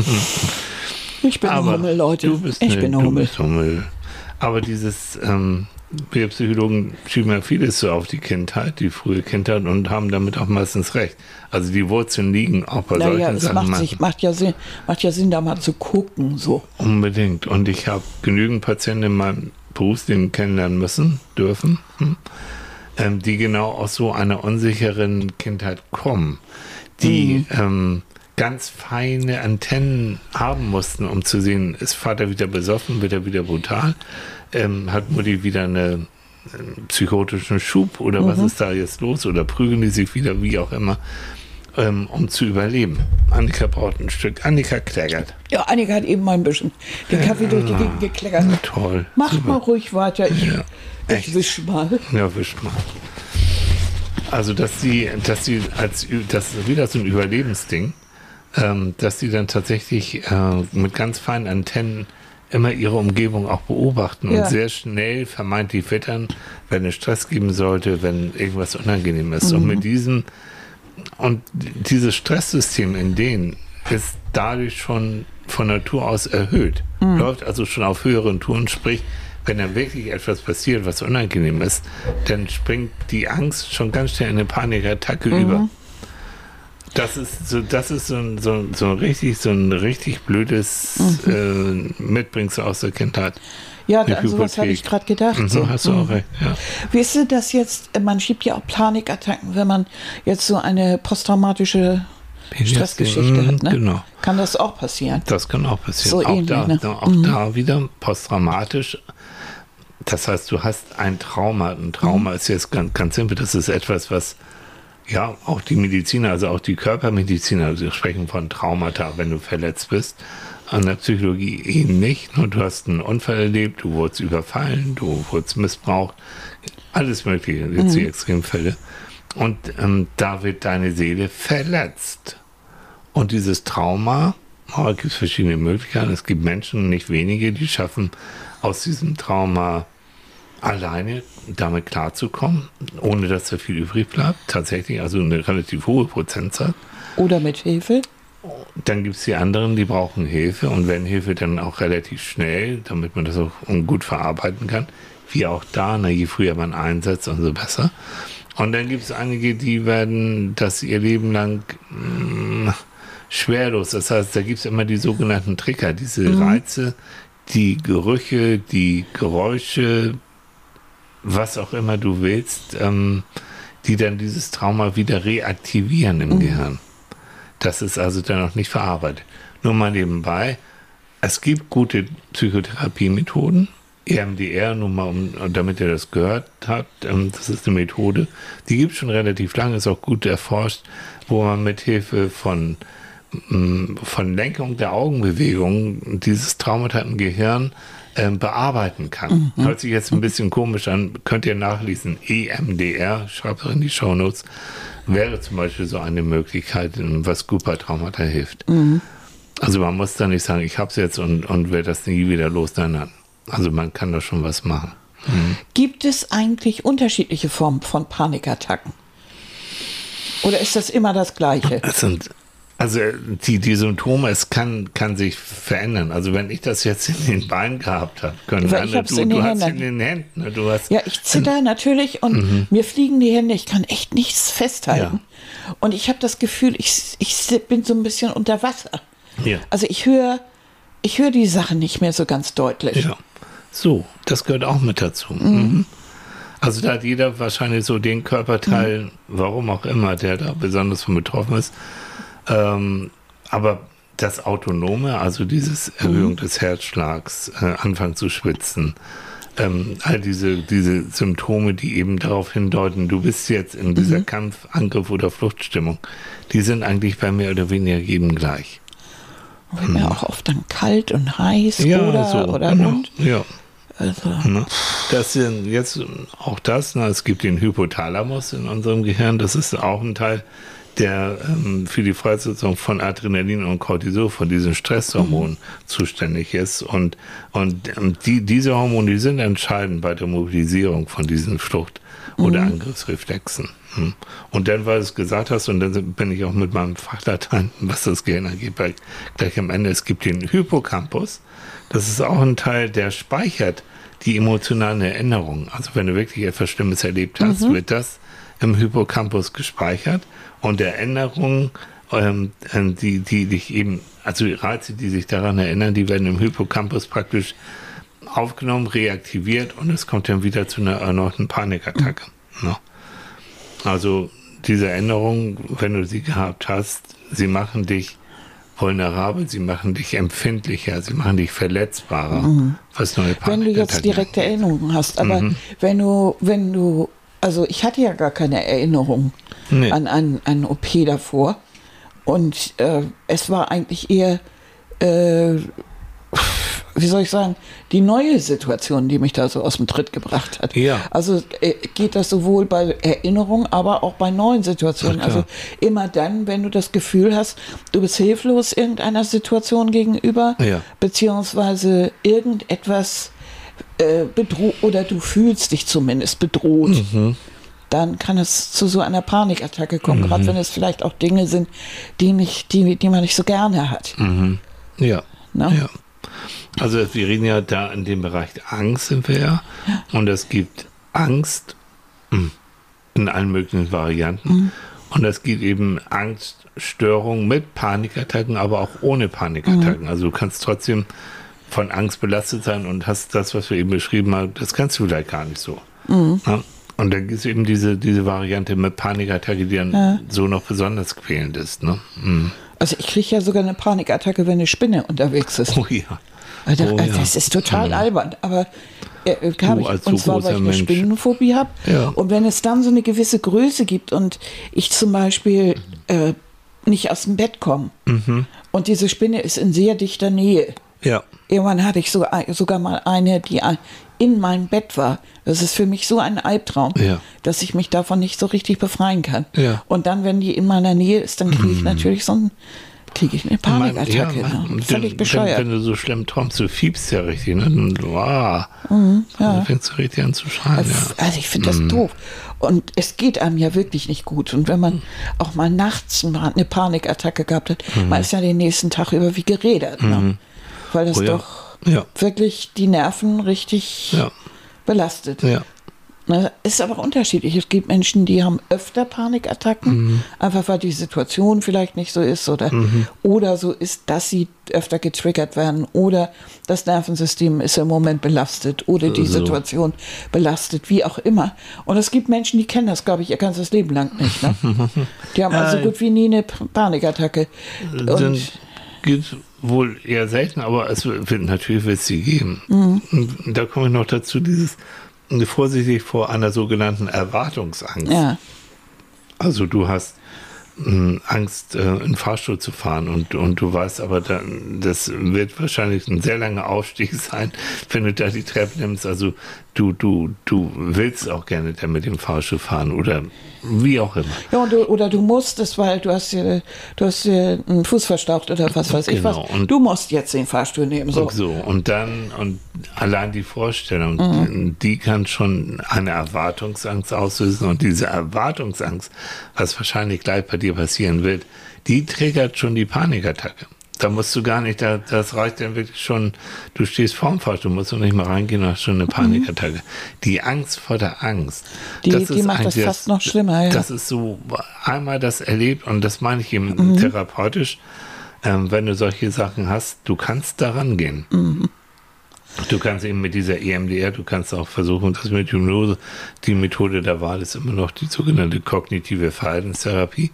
Ich bin aber eine Hummel, Leute. Du bist ich eine, bin eine du Hummel. Bist Hummel. Aber dieses, ähm, wir Psychologen schieben ja vieles so auf die Kindheit, die frühe Kindheit und haben damit auch meistens recht. Also die Wurzeln liegen auch bei naja, solchen es Sachen. Macht, sich, macht, ja Sinn, macht ja Sinn, da mal zu gucken. So. Unbedingt. Und ich habe genügend Patienten in meinem Berufsleben kennenlernen müssen, dürfen, hm, ähm, die genau aus so einer unsicheren Kindheit kommen, die mhm. ähm, ganz feine Antennen haben mussten, um zu sehen, ist Vater wieder besoffen, wird er wieder brutal, ähm, hat Mutti wieder einen psychotischen Schub oder mhm. was ist da jetzt los oder prügeln die sich wieder, wie auch immer, ähm, um zu überleben. Annika braucht ein Stück. Annika kleckert. Ja, Annika hat eben mal ein bisschen den Kaffee ja, durch die Gegend gekleckert. Toll. Mach super. Mal ruhig weiter, ich, ja, ich wisch mal. Ja, wisch mal. Also, dass sie, dass sie als, das ist wieder so ein Überlebensding, ähm, dass sie dann tatsächlich äh, mit ganz feinen Antennen immer ihre Umgebung auch beobachten ja. und sehr schnell vermeintlich wittern, wenn es Stress geben sollte, wenn irgendwas unangenehm ist. Mhm. Und mit diesem, und dieses Stresssystem in denen ist dadurch schon von Natur aus erhöht. Mhm. Läuft also schon auf höheren Touren, sprich, wenn dann wirklich etwas passiert, was unangenehm ist, dann springt die Angst schon ganz schnell in eine Panikattacke mhm. über. Das ist so, das ist so ein, so, so ein richtig, so ein richtig blödes mhm. äh, Mitbringsel aus der Kindheit. Ja, an sowas habe ich gerade gedacht. Mhm, so. Hast du auch recht, ja. Wisst ihr, dass jetzt, man schiebt ja auch Panikattacken, wenn man jetzt so eine posttraumatische Stressgeschichte mhm, hat, ne? Genau. Kann das auch passieren? Das kann auch passieren. So auch ähnlich, da, ne? da, auch mhm. da wieder posttraumatisch. Das heißt, du hast ein Trauma. Ein Trauma mhm. ist jetzt ganz, ganz simpel. Das ist etwas, was ja, auch die Mediziner, also auch die Körpermediziner, also sprechen von Traumata, wenn du verletzt bist. An der Psychologie eben nicht. Du hast einen Unfall erlebt, du wurdest überfallen, du wurdest missbraucht, alles mögliche, jetzt mhm. die Extremfälle. Und ähm, da wird deine Seele verletzt. Und dieses Trauma, oh, es gibt verschiedene Möglichkeiten. Es gibt Menschen, nicht wenige, die schaffen, aus diesem Trauma alleine damit klarzukommen, ohne dass da viel übrig bleibt. Tatsächlich, also eine relativ hohe Prozentzahl. Oder mit Hilfe? Dann gibt es die anderen, die brauchen Hilfe und wenn Hilfe, dann auch relativ schnell, damit man das auch gut verarbeiten kann. Wie auch da, na, je früher man einsetzt, umso besser. Und dann gibt es einige, die werden das ihr Leben lang mh, schwerlos. Das heißt, da gibt es immer die sogenannten Trigger, diese mhm. Reize, die Gerüche, die Geräusche, was auch immer du willst, ähm, die dann dieses Trauma wieder reaktivieren im mhm. Gehirn. Das ist also dann noch nicht verarbeitet. Nur mal nebenbei, es gibt gute Psychotherapiemethoden, E M D R, nur mal, um, damit ihr das gehört habt, ähm, das ist eine Methode, die gibt es schon relativ lange, ist auch gut erforscht, wo man mit Hilfe von, ähm, von Lenkung der Augenbewegungen dieses Traumata im Gehirn ähm, bearbeiten kann. Mhm. Hört sich jetzt ein bisschen komisch an, könnt ihr nachlesen. E M D R, schreibt in die Shownotes, wäre zum Beispiel so eine Möglichkeit, was gut bei Traumata hilft. Mhm. Also man muss da nicht sagen, ich hab's jetzt und, und werde das nie wieder los. Nein, nein. Also man kann da schon was machen. Mhm. Gibt es eigentlich unterschiedliche Formen von Panikattacken? Oder ist das immer das Gleiche? Es sind, also die, die Symptome, es kann, kann sich verändern. Also wenn ich das jetzt in den Beinen gehabt habe, können Weil ich andere, du, in du den hast Händen. in den Händen. Ne? Du hast, ja, ich zitter natürlich und mhm. mir fliegen die Hände. Ich kann echt nichts festhalten. Ja. Und ich habe das Gefühl, ich, ich bin so ein bisschen unter Wasser. Ja. Also ich höre ich höre die Sachen nicht mehr so ganz deutlich. Ja. So, das gehört auch mit dazu. Mhm. Mhm. Also da hat jeder wahrscheinlich so den Körperteil, mhm. warum auch immer, der da besonders von betroffen ist. Ähm, aber das Autonome, also dieses Erhöhung mhm. des Herzschlags, äh, Anfang zu schwitzen, ähm, all diese, diese Symptome, die eben darauf hindeuten, du bist jetzt in dieser mhm. Kampf-, Angriff- oder Fluchtstimmung, die sind eigentlich bei mehr oder weniger jedem gleich. Wird mir auch oft dann kalt und heiß ja, oder, so, oder genau. und. Ja. Also. Das sind jetzt auch das, na, es gibt den Hypothalamus in unserem Gehirn, das ist auch ein Teil, der ähm, für die Freisetzung von Adrenalin und Cortisol, von diesen Stresshormonen mhm. zuständig ist. Und, und ähm, die, diese Hormone, die sind entscheidend bei der Mobilisierung von diesen Flucht- oder mhm. Angriffsreflexen. Hm. Und dann, weil du es gesagt hast, und dann bin ich auch mit meinem Fachlatein, was das Gehirn angeht, bei, gleich am Ende, es gibt den Hippocampus. Das ist auch ein Teil, der speichert die emotionalen Erinnerungen. Also wenn du wirklich etwas Schlimmes erlebt hast, mhm. wird das im Hippocampus gespeichert und Erinnerungen, ähm, die, die dich eben, also die Reize, die sich daran erinnern, die werden im Hippocampus praktisch aufgenommen, reaktiviert und es kommt dann wieder zu einer erneuten Panikattacke. Mhm. Ne? Also diese Erinnerungen, wenn du sie gehabt hast, sie machen dich vulnerabel, sie machen dich empfindlicher, sie machen dich verletzbarer. Mhm. Was neue wenn du jetzt direkte Erinnerungen hast, aber mhm. wenn du, wenn du, also ich hatte ja gar keine Erinnerung nee. an einen, einen O P davor und äh, es war eigentlich eher, äh, wie soll ich sagen, die neue Situation, die mich da so aus dem Tritt gebracht hat. Ja. Also äh, geht das sowohl bei Erinnerungen, aber auch bei neuen Situationen. Also immer dann, wenn du das Gefühl hast, du bist hilflos irgendeiner Situation gegenüber, ja. beziehungsweise irgendetwas äh, bedroht oder du fühlst dich zumindest bedroht, mhm. dann kann es zu so einer Panikattacke kommen, mhm. gerade wenn es vielleicht auch Dinge sind, die, nicht, die, die man nicht so gerne hat. Mhm. Ja. No? Ja. Also wir reden ja da in dem Bereich Angst sind wir ja. ja. Und es gibt Angst in allen möglichen Varianten. Mhm. Und es gibt eben Angststörungen mit Panikattacken, aber auch ohne Panikattacken. Mhm. Also du kannst trotzdem von Angst belastet sein und hast das, was wir eben beschrieben haben, das kannst du vielleicht gar nicht so. Mhm. Ja? Und dann gibt es eben diese, diese Variante mit Panikattacke, die dann ja. so noch besonders quälend ist. Ne? Mhm. Also ich kriege ja sogar eine Panikattacke, wenn eine Spinne unterwegs ist. Oh ja. Also, oh also ja. Das ist total ja. albern, aber äh, kann ich, so und zwar, weil ich eine Mensch. Spinnenphobie habe. Ja. Und wenn es dann so eine gewisse Größe gibt und ich zum Beispiel äh, nicht aus dem Bett komme mhm. und diese Spinne ist in sehr dichter Nähe. Ja. Irgendwann hatte ich sogar, sogar mal eine, die in meinem Bett war. Das ist für mich so ein Albtraum, ja. dass ich mich davon nicht so richtig befreien kann. Ja. Und dann, wenn die in meiner Nähe ist, dann kriege ich mhm. natürlich so ein kriege ich eine Panikattacke. Ja, man, völlig bescheuert. Wenn, wenn du so schlimm träumst, du fiebst ja richtig. Ne? Und, wow, mhm, ja. Dann fängst du richtig an zu schreien. Also, ja. also ich finde das mhm. doof. Und es geht einem ja wirklich nicht gut. Und wenn man auch mal nachts eine Panikattacke gehabt hat, mhm. man ist ja den nächsten Tag über wie gerädert. Mhm. Ne? Weil das oh, ja. doch ja. wirklich die Nerven richtig ja. belastet. Ja. Ne, ist aber unterschiedlich. Es gibt Menschen, die haben öfter Panikattacken, mhm. einfach weil die Situation vielleicht nicht so ist oder, mhm. oder so ist, dass sie öfter getriggert werden oder das Nervensystem ist im Moment belastet oder die so. Situation belastet, wie auch immer. Und es gibt Menschen, die kennen das, glaube ich, ihr ganzes Leben lang nicht. Ne? Die haben also äh, gut wie nie eine Panikattacke. Und dann gibt wohl eher selten, aber es wird natürlich wird es sie geben. Mhm. Und da komme ich noch dazu, dieses vorsichtig vor einer sogenannten Erwartungsangst. Ja. Also du hast mh, Angst, äh, einen Fahrstuhl zu fahren und, und du weißt aber, dann, das wird wahrscheinlich ein sehr langer Aufstieg sein, wenn du da die Treppe nimmst. Also du, du, du willst auch gerne dann mit dem Fahrstuhl fahren oder wie auch immer. Ja, und du, oder du musst es, weil du hast dir, du hast dir einen Fuß verstaucht oder was weiß ich Genau. was. Und du musst jetzt den Fahrstuhl nehmen. So. Und so. Und dann, und allein die Vorstellung, Mhm. die kann schon eine Erwartungsangst auslösen. Und diese Erwartungsangst, was wahrscheinlich gleich bei dir passieren wird, die triggert schon die Panikattacke. Da musst du gar nicht, da, das reicht dann wirklich schon, du stehst vorm Fahrstuhl, musst du nicht mal reingehen, hast schon eine Panikattacke. Die Angst vor der Angst. Die, das die ist macht das eigentlich fast noch schlimmer. Ja. Das ist so, einmal das erlebt, und das meine ich eben Mhm. therapeutisch, ähm, wenn du solche Sachen hast, du kannst daran gehen. Mhm. Du kannst eben mit dieser E M D R, du kannst auch versuchen, das mit Hypnose, die Methode der Wahl ist immer noch die sogenannte kognitive Verhaltenstherapie,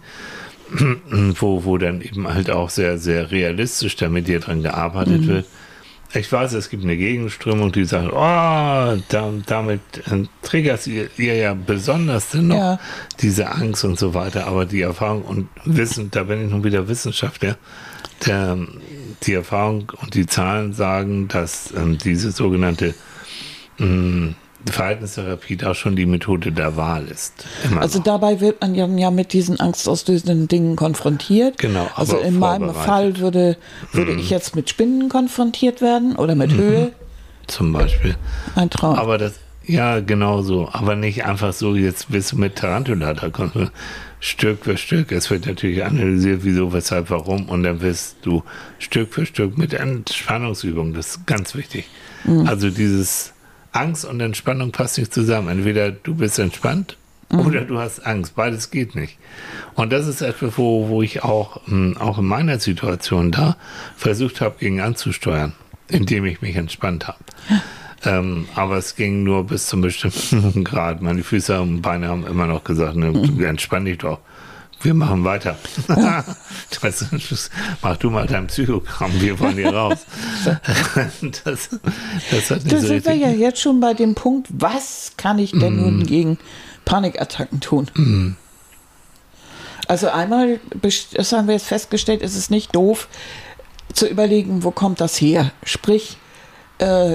wo, wo dann eben halt auch sehr, sehr realistisch damit dir dran gearbeitet Mhm. wird. Ich weiß, es gibt eine Gegenströmung, die sagt, oh, da, damit äh, triggerst ihr, ihr ja besonders denn noch Ja. diese Angst und so weiter. Aber die Erfahrung und Wissen, da bin ich nun wieder Wissenschaftler, der, die Erfahrung und die Zahlen sagen, dass ähm, diese sogenannte ähm, Verhaltenstherapie da schon die Methode der Wahl ist. Immer Also noch. dabei wird man ja, ja mit diesen angstauslösenden Dingen konfrontiert. Genau, Also aber in meinem vorbereitet. Fall würde, würde ich jetzt mit Spinnen konfrontiert werden oder mit Höhe. Zum Beispiel. Ein Traum. Aber das, ja, genau so. Aber nicht einfach so, jetzt bist du mit Tarantula, da kommt man Stück für Stück. Es wird natürlich analysiert, wieso, weshalb, warum. Und dann wirst du Stück für Stück mit Entspannungsübungen. Das ist ganz wichtig. Mhm. Also dieses Angst und Entspannung passt nicht zusammen. Entweder du bist entspannt oder du hast Angst. Beides geht nicht. Und das ist etwas, wo, wo ich auch, mh, auch in meiner Situation da versucht habe, gegen anzusteuern, indem ich mich entspannt habe. Ähm, aber es ging nur bis zum bestimmten Grad. Meine Füße und Beine haben immer noch gesagt, ne, entspann dich doch. Wir machen weiter. das, das, mach du mal dein Psychogramm, wir wollen hier raus. das, das hat nicht Da so sind wir richtig- ja jetzt schon bei dem Punkt, was kann ich denn nun gegen Panikattacken tun? Also einmal, best- das haben wir jetzt festgestellt, ist es nicht doof zu überlegen, wo kommt das her? Sprich, äh,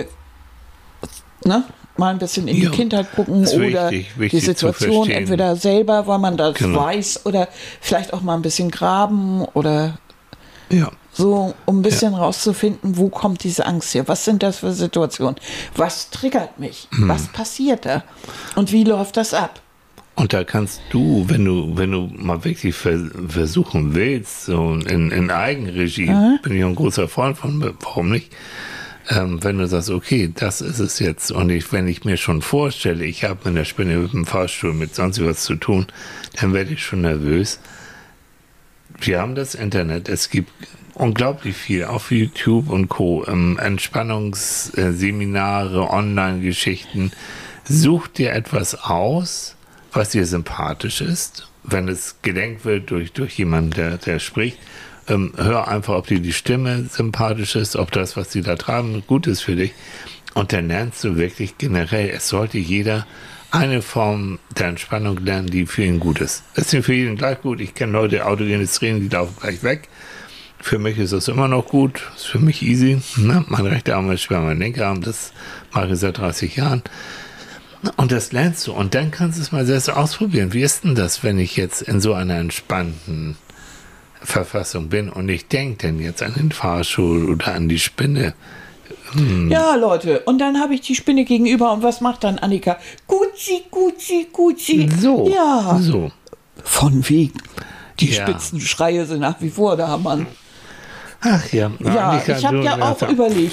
ne? Mal ein bisschen in Ja, die Kindheit gucken ist oder wichtig, wichtig die zu Situation verstehen. entweder selber, weil man das Genau. weiß, oder vielleicht auch mal ein bisschen graben oder Ja. so, um ein bisschen rauszufinden, wo kommt diese Angst her? Was sind das für Situationen? Was triggert mich? Hm. Was passiert da? Und wie läuft das ab? Und da kannst du, wenn du, wenn du mal wirklich vers versuchen willst, so in, in Eigenregie, bin ich auch ein großer Freund von, warum nicht? Ähm, wenn du sagst, okay, das ist es jetzt, und ich, wenn ich mir schon vorstelle, ich habe mit der Spinne mit dem Fahrstuhl mit sonst was zu tun, dann werde ich schon nervös. Wir haben das Internet, es gibt unglaublich viel auf YouTube und Co. Ähm, Entspannungsseminare, Online-Geschichten. Such dir etwas aus, was dir sympathisch ist, wenn es gelenkt wird durch, durch jemanden, der, der spricht. Ähm, hör einfach, ob dir die Stimme sympathisch ist, ob das, was sie da tragen, gut ist für dich. Und dann lernst du wirklich generell, es sollte jeder eine Form der Entspannung lernen, die für ihn gut ist. Das ist nicht für jeden gleich gut. Ich kenne Leute, autogenes Training, die laufen gleich weg. Für mich ist das immer noch gut. Das ist für mich easy. Ne? Mein rechter Arm ist schwer, mein linker Arm, das mache ich seit dreißig Jahren. Und das lernst du. Und dann kannst du es mal selbst ausprobieren. Wie ist denn das, wenn ich jetzt in so einer entspannten Verfassung bin und ich denke denn jetzt an den Fahrstuhl oder an die Spinne? Hm. Ja, Leute, und dann habe ich die Spinne gegenüber und was macht dann Annika? Gutzi, gutzi, gutzi. So, Ja, so. von wegen. Die Ja. Spitzenschreie sind nach wie vor da, Mann. Ach ja, Ja, Annika, ich habe du- ja auch ja, überlegt,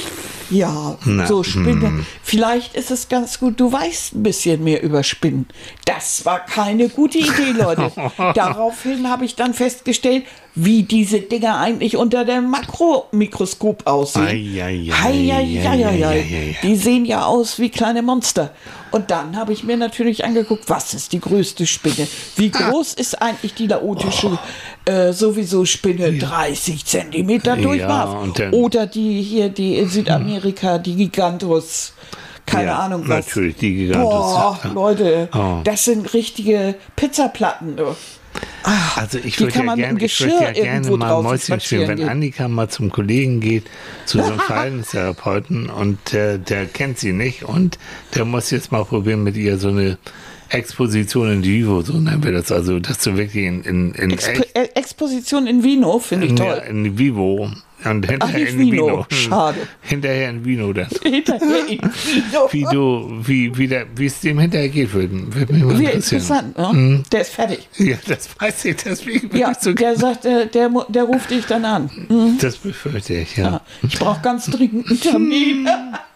Ja, Na, so Spinne. hm. Vielleicht ist es ganz gut, du weißt ein bisschen mehr über Spinnen. Das war keine gute Idee, Leute. Daraufhin habe ich dann festgestellt, wie diese Dinger eigentlich unter dem Makromikroskop aussehen. Ei, ei, ei, Hei, ei, ei, ei, ei, ei, ei. ei. Die sehen ja aus wie kleine Monster. Und dann habe ich mir natürlich angeguckt, was ist die größte Spinne? Wie groß ist eigentlich die laotische äh, sowieso Spinne? dreißig Zentimeter Ja, Durchmaß. und dann- Oder die hier, die in Südamerika, die Gigantus. Keine Ja, Ahnung was. natürlich, die Gigantus. Boah, Ja. Leute, Oh. das sind richtige Pizzaplatten. Du. Ach, Also ich die würde kann ja man mit gerne, dem ich würde Geschirr ja gerne irgendwo mal draußen Mäuschen spielen, spazieren wenn gehen. Annika mal zum Kollegen geht, zu so einem Verhaltenstherapeuten und äh, der kennt sie nicht und der muss jetzt mal probieren mit ihr so eine Exposition in vivo, so nennen wir das, also dass du wirklich in, in, in Expo echt, äh, Exposition in Vino finde ich ja, toll. in vivo und hinterher nicht in Vino, Vino. schade. Hinterher in Vino dann. Hinterher in Vino. Wie du, wie, wie, der, wie es dem hinterher geht, würde, würde mich mal Wie interessieren. interessant, ne? Der ist fertig. Ja, das weiß ich, deswegen bin Ja, ich so der sagt, äh, der, mu- der ruft dich dann an. Mhm. Das befürchte ich, ja. Ja, ich brauche ganz dringend einen Termin.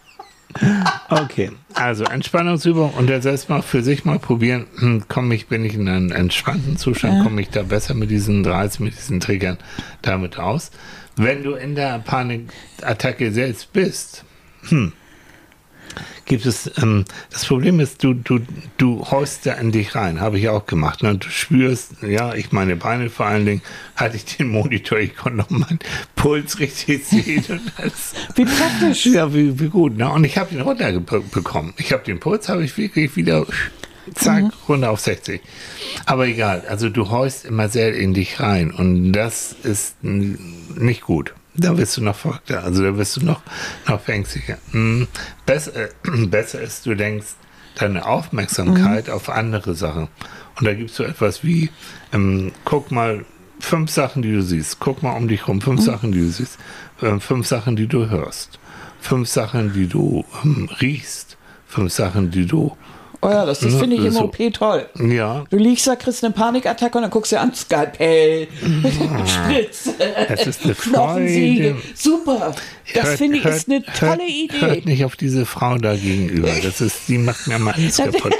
Okay, also Entspannungsübung und er selbst mal für sich mal probieren, hm, komme ich, bin ich in einen entspannten Zustand, Ja. komme ich da besser mit diesen Reizen, mit diesen Triggern damit aus. Wenn du in der Panikattacke selbst bist, hm, gibt es, ähm, das Problem ist, du, du, du haust da in dich rein, habe ich auch gemacht. Ne? Du spürst, ja, ich meine Beine vor allen Dingen, hatte ich den Monitor, ich konnte noch meinen Puls richtig sehen und alles. Wie praktisch. Ja, wie, wie gut. Ne? Und ich habe ihn runterbekommen. Ich habe den Puls, habe ich wirklich wieder, zack, Mhm. runter auf sechzig. Aber egal, also du haust immer sehr in dich rein und das ist n- nicht gut. Da wirst du noch verrückter, also da wirst du noch, noch ängstlicher. Hm. Besser, äh, besser ist, du denkst deine Aufmerksamkeit auf andere Sachen. Und da gibt es so etwas wie, ähm, guck mal, fünf Sachen, die du siehst. Guck mal um dich rum, fünf Sachen, die du siehst. Ähm, fünf Sachen, die du hörst. Fünf Sachen, die du ähm, riechst. Fünf Sachen, die du... Oh ja, das, das Ne, finde ich im so. O P toll. Ja, Du liegst da, kriegst eine Panikattacke und dann guckst du dir an, Skalpell, Spritze, es ist eine Knochensäge. Freude. Super. Das Hört- finde ich hört- ist eine tolle hört, Idee. Hört nicht auf diese Frau da gegenüber. Das ist, die macht mir mal alles kaputt.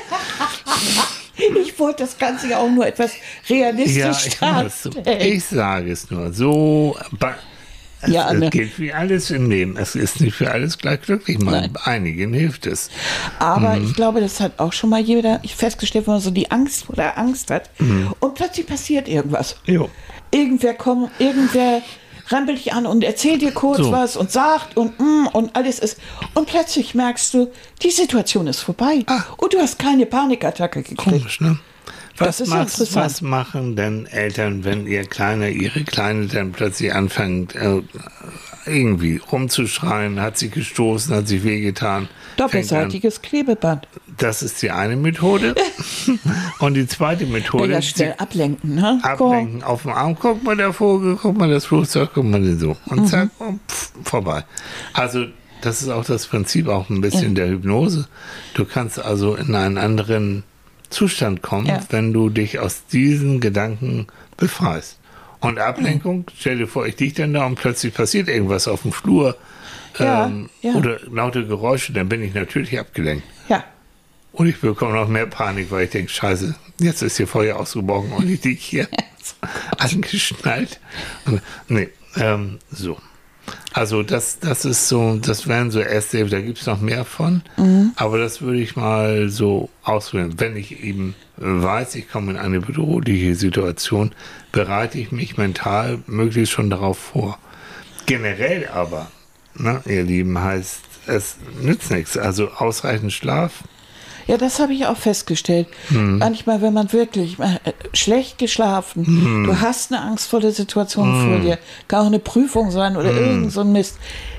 Ich wollte das Ganze ja auch nur etwas realistisch Ja, ich, weiß, darstellen. ich sage es nur. So, ba- es, Ja, Anne. es gilt wie alles im Leben. Es ist nicht für alles gleich glücklich. Man, Nein. einigen hilft es. Aber Mhm. ich glaube, das hat auch schon mal jeder festgestellt, wenn man so die Angst oder Angst hat Mhm. und plötzlich passiert irgendwas. Jo. Irgendwer kommt, irgendwer rempelt dich an und erzählt dir kurz So. was und sagt und mm, und alles ist. Und plötzlich merkst du, die Situation ist vorbei. Und du hast keine Panikattacke gekriegt. Komisch, ne? Was, Das ist ja machst, interessant. was machen denn Eltern, wenn ihr Kleiner, ihre Kleine dann plötzlich anfängt, äh, irgendwie rumzuschreien, hat sie gestoßen, hat sich wehgetan? fängt an- Doppelseitiges Klebeband. Das ist die eine Methode. Und die zweite Methode Ja, ist schnell ablenken, ne? ablenken auf dem Arm. Guck mal der Vogel, guck mal das Flugzeug, guck mal den so. Und zack, und pff, vorbei. Also das ist auch das Prinzip auch ein bisschen der Hypnose. Du kannst also in einen anderen Zustand kommen, Ja. wenn du dich aus diesen Gedanken befreist. Und Ablenkung, stell dir vor, ich liege dann da und plötzlich passiert irgendwas auf dem Flur Ja, ähm, ja. oder laute Geräusche, dann bin ich natürlich abgelenkt. Ja. Und ich bekomme noch mehr Panik, weil ich denke, scheiße, jetzt ist hier Feuer ausgebrochen und ich liege hier angeschnallt. Nee, ähm, so. Also das, das ist so, das wären so erste, da gibt es noch mehr von, Mhm. aber das würde ich mal so ausprobieren. Wenn ich eben weiß, ich komme in eine bedrohliche Situation, bereite ich mich mental möglichst schon darauf vor. Generell aber, ne, ihr Lieben, heißt, es nützt nichts. Also ausreichend Schlaf. Ja, das habe ich auch festgestellt. Mhm. Manchmal, wenn man wirklich äh, schlecht geschlafen, Mhm. du hast eine angstvolle Situation vor dir, kann auch eine Prüfung sein oder irgend so ein Mist.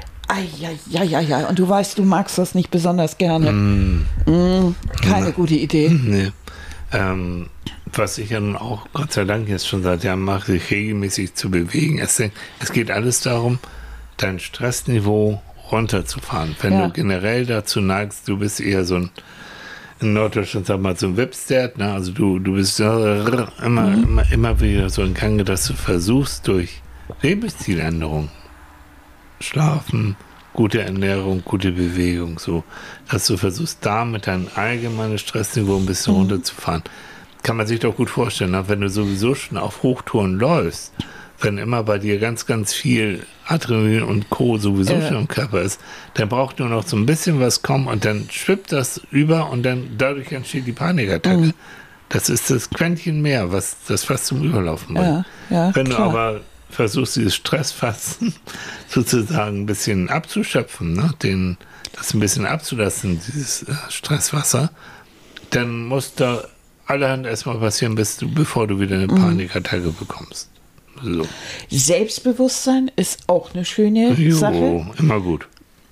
Eieieiei. Und du weißt, du magst das nicht besonders gerne. Mm, keine gute Idee. Nee. Ähm, was ich ja nun auch Gott sei Dank jetzt schon seit Jahren mache, sich regelmäßig zu bewegen. Es, es geht alles darum, dein Stressniveau runterzufahren. Wenn Ja. du generell dazu neigst, du bist eher so ein, in Norddeutschland sagt man so ein Wipstert, ne? Also du, du bist immer, immer, immer wieder so in Gange, dass du versuchst durch Lebensstiländerung, Schlafen, gute Ernährung, gute Bewegung, so, dass du versuchst, damit dein allgemeines Stressniveau ein bisschen mhm. runterzufahren. Kann man sich doch gut vorstellen, ne? Wenn du sowieso schon auf Hochtouren läufst, wenn immer bei dir ganz, ganz viel Adrenalin und Co. sowieso ja. schon im Körper ist, dann braucht nur noch so ein bisschen was kommen und dann schwippt das über und dann dadurch entsteht die Panikattacke. Mhm. Das ist das Quäntchen mehr, was das fast zum Überlaufen bringt. Ja, ja, wenn klar. du aber versuchst, dieses Stressfasten sozusagen ein bisschen abzuschöpfen, ne? Den, das ein bisschen abzulassen, dieses äh, Stresswasser, dann muss da allerhand erstmal passieren, bis du, bevor du wieder eine Panikattacke bekommst. So. Selbstbewusstsein ist auch eine schöne jo, Sache. Immer gut.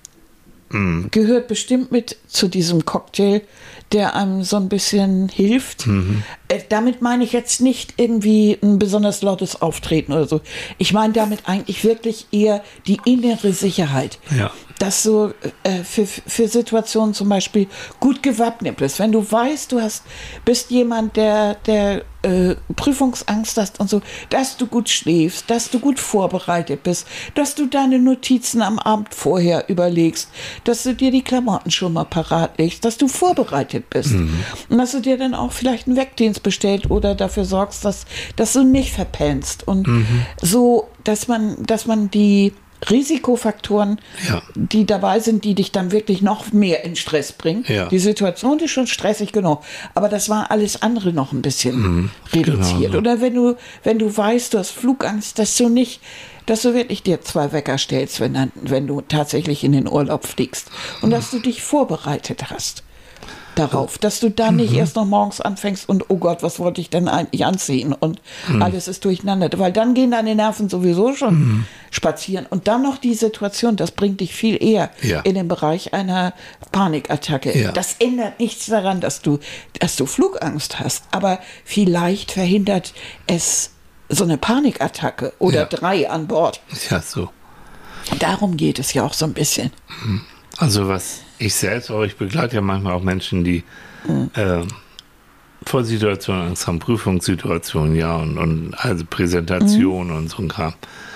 Mhm. Gehört bestimmt mit zu diesem Cocktail, der einem so ein bisschen hilft. Mhm. Äh, damit meine ich jetzt nicht irgendwie ein besonders lautes Auftreten oder so. Ich meine damit eigentlich wirklich eher die innere Sicherheit. Ja. Dass du äh, für, für Situationen zum Beispiel gut gewappnet bist. Wenn du weißt, du hast, bist jemand, der, der äh, Prüfungsangst hast und so, dass du gut schläfst, dass du gut vorbereitet bist, dass du deine Notizen am Abend vorher überlegst, dass du dir die Klamotten schon mal parat legst, dass du vorbereitet bist. Mhm. Und dass du dir dann auch vielleicht einen Wegdienst bestellt oder dafür sorgst, dass, dass du nicht verpennst. Und mhm. so, dass man, dass man die Risikofaktoren, ja. die dabei sind, die dich dann wirklich noch mehr in Stress bringen. Ja. Die Situation ist schon stressig genug, aber das war alles andere noch ein bisschen mhm. reduziert. Genau. Oder wenn du, wenn du weißt, du hast Flugangst, dass du nicht, dass du wirklich dir zwei Wecker stellst, wenn, dann, wenn du tatsächlich in den Urlaub fliegst und mhm. dass du dich vorbereitet hast darauf, dass du dann nicht mhm. erst noch morgens anfängst und oh Gott, was wollte ich denn eigentlich anziehen und mhm. alles ist durcheinander, weil dann gehen deine Nerven sowieso schon mhm. spazieren und dann noch die Situation, das bringt dich viel eher ja. in den Bereich einer Panikattacke. Ja. Das ändert nichts daran, dass du, dass du Flugangst hast, aber vielleicht verhindert es so eine Panikattacke oder ja. drei an Bord. Ja, so. Darum geht es ja auch so ein bisschen. Also was ich selbst, aber ich begleite ja manchmal auch Menschen, die mhm. äh, vor Situationen Angst haben, Prüfungssituationen, ja, und, und also Präsentationen mhm. und so ein Kram.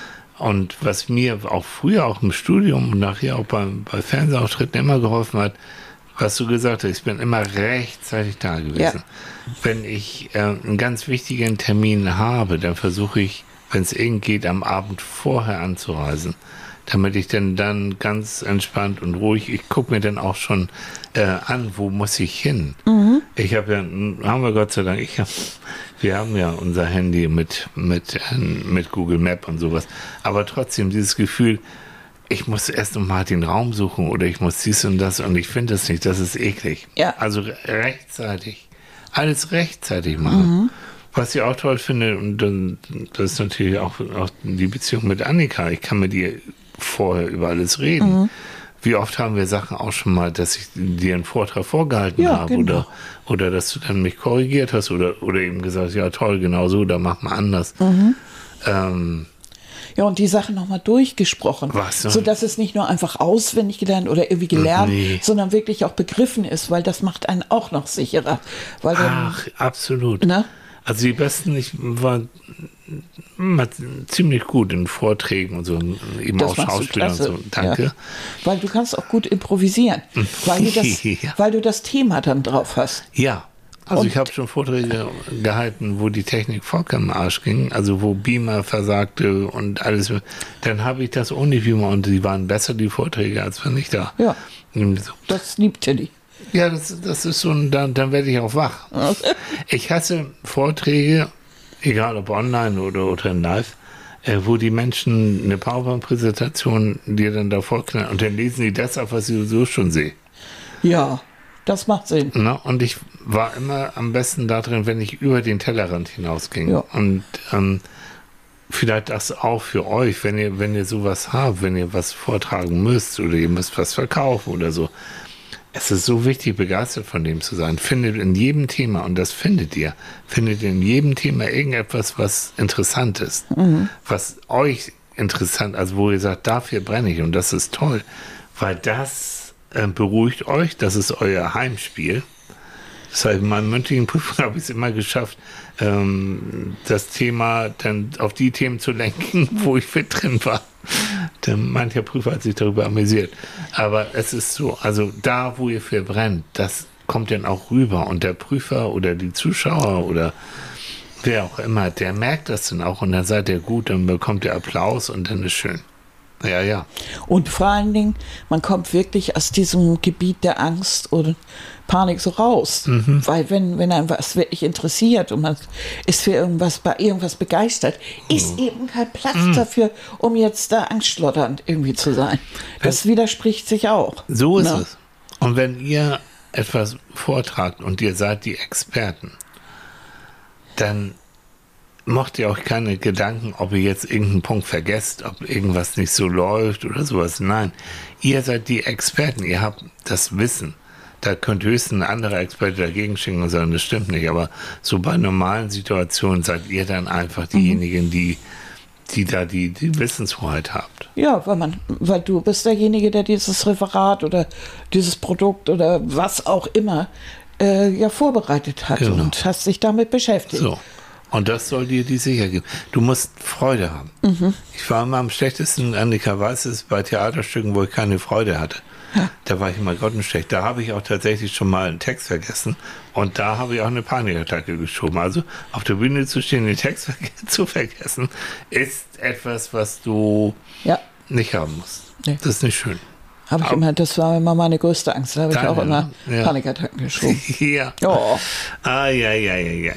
Und was mir auch früher auch im Studium und nachher auch bei, bei Fernsehauftritten immer geholfen hat, was du gesagt hast, ich bin immer rechtzeitig da gewesen. Ja. Wenn ich äh, einen ganz wichtigen Termin habe, dann versuche ich, wenn es irgend geht, am Abend vorher anzureisen, damit ich dann dann ganz entspannt und ruhig, ich gucke mir dann auch schon äh, an, wo muss ich hin. Mhm. Ich habe ja, haben wir Gott sei Dank, ich hab, wir haben ja unser Handy mit, mit, äh, mit Google Map und sowas, aber trotzdem dieses Gefühl, ich muss erst noch mal den Raum suchen oder ich muss dies und das und ich finde das nicht, das ist eklig. Ja. Also rechtzeitig, alles rechtzeitig machen. Mhm. Was ich auch toll finde, und dann, das ist natürlich auch, auch die Beziehung mit Annika, ich kann mit ihr vorher über alles reden. Mhm. Wie oft haben wir Sachen auch schon mal, dass ich dir einen Vortrag vorgehalten ja, habe genau. oder, oder dass du dann mich korrigiert hast oder, oder eben gesagt, ja toll, genau so, da mach mal anders. Mhm. Ähm, Ja, und die Sachen nochmal durchgesprochen, was, ne? sodass es nicht nur einfach auswendig gelernt oder irgendwie gelernt, nee. sondern wirklich auch begriffen ist, weil das macht einen auch noch sicherer. Weil Ach, dann, absolut. Ne? Also die besten, ich war immer ziemlich gut in Vorträgen und so, eben das auch Schauspieler und so. Danke. Ja. Weil du kannst auch gut improvisieren, weil du das, ja. weil du das Thema dann drauf hast. Ja. Also und ich habe schon Vorträge gehalten, wo die Technik vollkommen im Arsch ging, also wo Beamer versagte und alles. Dann habe ich das ohne Beamer und die waren besser, die Vorträge, als wenn ich da. Ja, so. Das liebt Tilly. Ja, das, das ist so, ein, dann, dann werde ich auch wach. Ich hasse Vorträge, egal ob online oder, oder in live, äh, wo die Menschen eine PowerPoint-Präsentation dir dann da vorknallen und dann lesen die das auf, was ich so schon sehe. Ja, das macht Sinn. Na, und ich war immer am besten da drin, wenn ich über den Tellerrand hinausging. Ja. Und ähm, vielleicht das auch für euch, wenn ihr, wenn ihr sowas habt, wenn ihr was vortragen müsst oder ihr müsst was verkaufen oder so. Es ist so wichtig, begeistert von dem zu sein. Findet in jedem Thema, und das findet ihr, findet in jedem Thema irgendetwas, was interessant ist. Mhm. Was euch interessant, also wo ihr sagt, dafür brenne ich und das ist toll. Weil das äh, beruhigt euch, das ist euer Heimspiel. Das heißt, in meinen mündlichen Prüfungen habe ich es immer geschafft, ähm, das Thema dann auf die Themen zu lenken, wo ich fit drin war. Der, mancher Prüfer hat sich darüber amüsiert. Aber es ist so, also da, wo ihr für brennt, das kommt dann auch rüber. Und der Prüfer oder die Zuschauer oder wer auch immer, der merkt das dann auch. Und dann seid ihr gut, dann bekommt ihr Applaus und dann ist schön. Ja, ja. Und vor allen Dingen, man kommt wirklich aus diesem Gebiet der Angst und Panik so raus. Mhm. Weil wenn, wenn einem was wirklich interessiert und man ist für irgendwas bei irgendwas begeistert, ist mhm. eben kein Platz mhm. dafür, um jetzt da angstschlotternd irgendwie zu sein. Das wenn, widerspricht sich auch. So ist ne? es. Und wenn ihr etwas vortragt und ihr seid die Experten, dann macht ihr auch keine Gedanken, ob ihr jetzt irgendeinen Punkt vergesst, ob irgendwas nicht so läuft oder sowas. Nein, ihr seid die Experten, ihr habt das Wissen. Da könnte höchstens ein anderer Experte dagegen schicken und sagen, das stimmt nicht. Aber so bei normalen Situationen seid ihr dann einfach diejenigen, die, die da die, die Wissenshoheit habt. Ja, weil, man, weil du bist derjenige, der dieses Referat oder dieses Produkt oder was auch immer äh, ja vorbereitet hat genau. und hast sich damit beschäftigt. So. Und das soll dir die Sicherheit geben. Du musst Freude haben. Mhm. Ich war immer am schlechtesten, Annika weiß es, bei Theaterstücken, wo ich keine Freude hatte. Ja. Da war ich immer grottenschlecht. Da habe ich auch tatsächlich schon mal einen Text vergessen. Und da habe ich auch eine Panikattacke geschoben. Also auf der Bühne zu stehen, den Text zu vergessen, ist etwas, was du ja. nicht haben musst. Nee. Das ist nicht schön. Habe ich immer, das war immer meine größte Angst. Da habe ich auch immer ja. Panikattacken geschoben. ja. Oh. Ah, ja, ja, ja, ja.